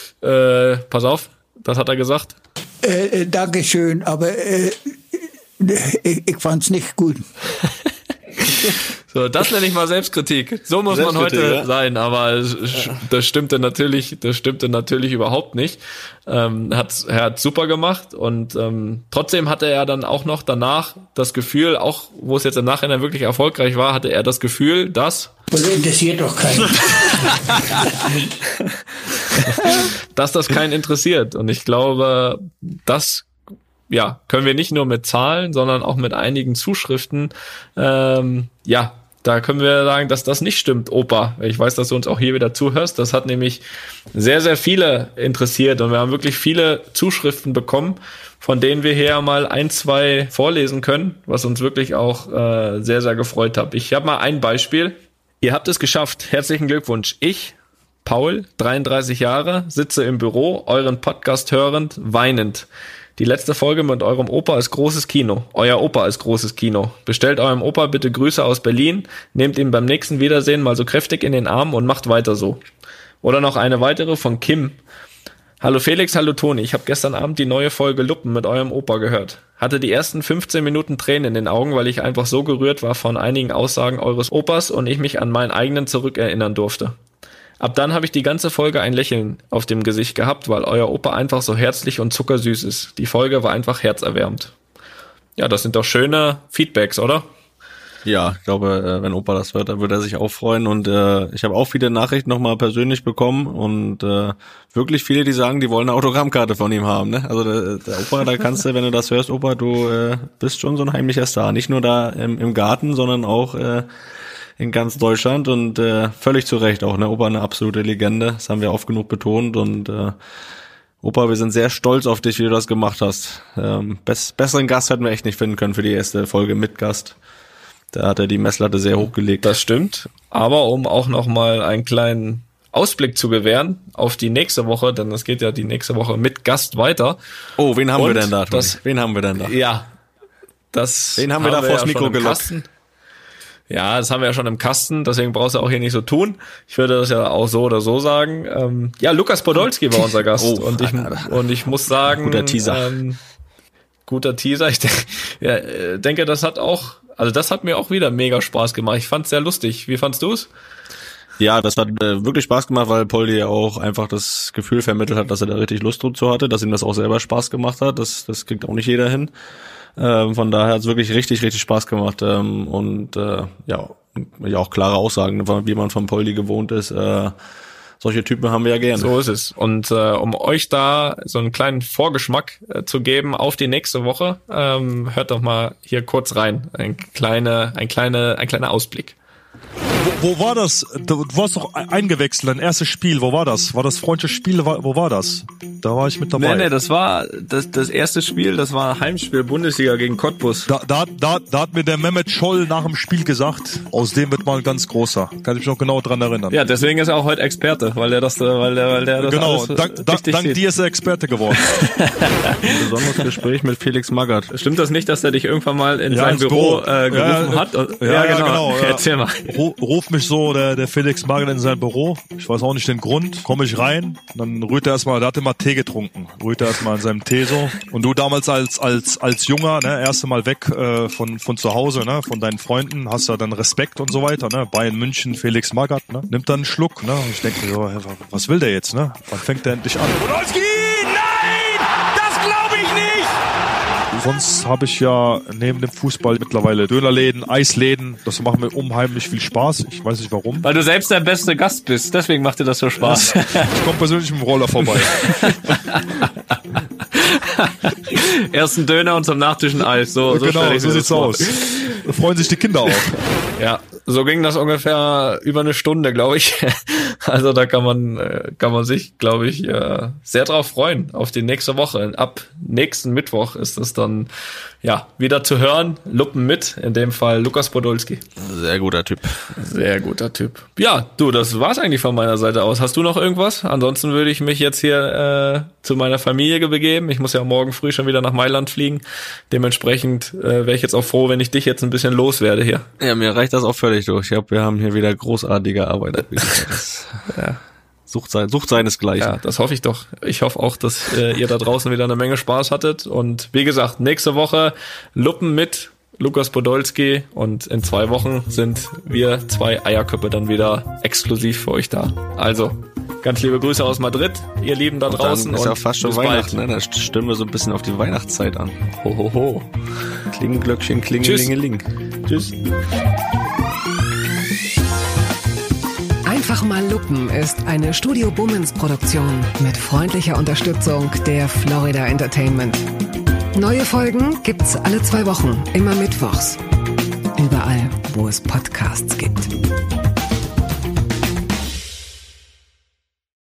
pass auf, das hat er gesagt. Dankeschön, aber ich fand's nicht gut. So, das nenne ich mal Selbstkritik. So muss man heute sein, aber das stimmte natürlich überhaupt nicht. Er hat super gemacht und trotzdem hatte er dann auch noch danach das Gefühl, auch wo es jetzt im Nachhinein wirklich erfolgreich war, hatte er das Gefühl, dass das interessiert doch keinen. dass das keinen interessiert. Und ich glaube, das können wir nicht nur mit Zahlen, sondern auch mit einigen Zuschriften Da können wir sagen, dass das nicht stimmt, Opa. Ich weiß, dass du uns auch hier wieder zuhörst. Das hat nämlich sehr, sehr viele interessiert und wir haben wirklich viele Zuschriften bekommen, von denen wir hier mal 1, 2 vorlesen können, was uns wirklich auch sehr, sehr gefreut hat. Ich habe mal ein Beispiel. Ihr habt es geschafft. Herzlichen Glückwunsch. Ich, Paul, 33 Jahre, sitze im Büro, euren Podcast hörend, weinend. Die letzte Folge mit eurem Opa ist großes Kino. Euer Opa ist großes Kino. Bestellt eurem Opa bitte Grüße aus Berlin, nehmt ihn beim nächsten Wiedersehen mal so kräftig in den Arm und macht weiter so. Oder noch eine weitere von Kim. Hallo Felix, hallo Toni. Ich habe gestern Abend die neue Folge Luppen mit eurem Opa gehört. Hatte die ersten 15 Minuten Tränen in den Augen, weil ich einfach so gerührt war von einigen Aussagen eures Opas und ich mich an meinen eigenen zurückerinnern durfte. Ab dann habe ich die ganze Folge ein Lächeln auf dem Gesicht gehabt, weil euer Opa einfach so herzlich und zuckersüß ist. Die Folge war einfach herzerwärmend. Ja, das sind doch schöne Feedbacks, oder? Ja, ich glaube, wenn Opa das hört, dann würde er sich auch freuen. Und ich habe auch viele Nachrichten nochmal persönlich bekommen und wirklich viele, die sagen, die wollen eine Autogrammkarte von ihm haben. Ne? Also der Opa, da kannst du, wenn du das hörst, Opa, du bist schon so ein heimlicher Star. Nicht nur da im Garten, sondern auch in ganz Deutschland und völlig zu Recht auch, ne? Opa eine absolute Legende, das haben wir oft genug betont und Opa, wir sind sehr stolz auf dich, wie du das gemacht hast. Besseren Gast hätten wir echt nicht finden können für die erste Folge mit Gast. Da hat er die Messlatte sehr hochgelegt. Das stimmt, aber um auch nochmal einen kleinen Ausblick zu gewähren auf die nächste Woche, denn es geht ja die nächste Woche mit Gast weiter. Oh, wen haben wir denn da? Wen haben wir denn da? Ja, wen haben wir da vors Mikro gelockt? Ja, das haben wir ja schon im Kasten, deswegen brauchst du auch hier nicht so tun. Ich würde das ja auch so oder so sagen. Ja, Lukas Podolski war unser Gast. Und ich muss sagen... Guter Teaser. Guter Teaser. Ich denke, das hat mir auch wieder mega Spaß gemacht. Ich fand's sehr lustig. Wie fandst du's? Ja, das hat wirklich Spaß gemacht, weil Poldi auch einfach das Gefühl vermittelt hat, dass er da richtig Lust dazu hatte, dass ihm das auch selber Spaß gemacht hat. Das kriegt auch nicht jeder hin. Von daher hat es wirklich richtig, richtig Spaß gemacht und ja auch klare Aussagen, wie man von Poldi gewohnt ist. Solche Typen haben wir ja gerne. So ist es. Und um euch da so einen kleinen Vorgeschmack zu geben auf die nächste Woche, hört doch mal hier kurz rein. Ein kleiner Ausblick. Wo war das? Du warst doch eingewechselt, dein erstes Spiel. Wo war das? War das Freundschaftsspiel? Wo war das? Da war ich mit dabei. Nee, das war das erste Spiel, das war Heimspiel Bundesliga gegen Cottbus. Da hat mir der Mehmet Scholl nach dem Spiel gesagt, aus dem wird mal ein ganz großer. Kann ich mich noch genau dran erinnern. Ja, deswegen ist er auch heute Experte, weil der das genau, alles dank dir ist er Experte geworden. Ein besonderes Gespräch mit Felix Magath. Stimmt das nicht, dass er dich irgendwann mal in sein Büro gerufen hat? Ja, genau. Erzähl mal. Ruft mich so der Felix Magath in sein Büro. Ich weiß auch nicht den Grund. Komme ich rein, dann rührt er erstmal, der hat immer Tee getrunken. Rührt er erstmal in seinem Tee so. Und du damals als Junger, ne, erste Mal weg von zu Hause, ne, von deinen Freunden, hast ja dann Respekt und so weiter, ne. Bayern München, Felix Magath, ne. Nimmt dann einen Schluck, ne. Und ich denke mir so, was will der jetzt, ne? Wann fängt der endlich an? Podolski! Nein! Das glaube ich nicht! Sonst habe ich ja neben dem Fußball mittlerweile Dönerläden, Eisläden. Das macht mir unheimlich viel Spaß. Ich weiß nicht warum. Weil du selbst der beste Gast bist. Deswegen macht dir das so Spaß. Ich komme persönlich mit dem Roller vorbei. Erst ein Döner und zum Nachtisch ein Eis. So genau, so sieht's aus. Da freuen sich die Kinder auch. Ja, so ging das ungefähr über eine Stunde, glaube ich. Also da kann man sich, glaube ich, sehr drauf freuen auf die nächste Woche. Ab nächsten Mittwoch ist es dann ja wieder zu hören. Luppen mit, in dem Fall Lukas Podolski. Sehr guter Typ. Sehr guter Typ. Ja, du, das war's eigentlich von meiner Seite aus. Hast du noch irgendwas? Ansonsten würde ich mich jetzt hier zu meiner Familie begeben. Ich muss ja morgen früh schon wieder nach Mailand fliegen. Dementsprechend wäre ich jetzt auch froh, wenn ich dich jetzt ein bisschen loswerde hier. Ja, mir reicht das auch völlig durch. Ich glaube, wir haben hier wieder großartige Arbeit. Ja. Sucht seinesgleichen. Ja, das hoffe ich doch. Ich hoffe auch, dass ihr da draußen wieder eine Menge Spaß hattet. Und wie gesagt, nächste Woche Luppen mit Lukas Podolski. Und in 2 Wochen sind wir 2 Eierköpfe dann wieder exklusiv für euch da. Also, ganz liebe Grüße aus Madrid, ihr Lieben da draußen. Dann ist ja fast schon Weihnachten, ne? Da stimmen wir so ein bisschen auf die Weihnachtszeit an. Ho, ho, ho. Klingenglöckchen, klingelingeling. Tschüss. Einfach mal Luppen ist eine Studio Bummens Produktion mit freundlicher Unterstützung der Florida Entertainment. Neue Folgen gibt's alle 2 Wochen, immer mittwochs. überall, wo es Podcasts gibt.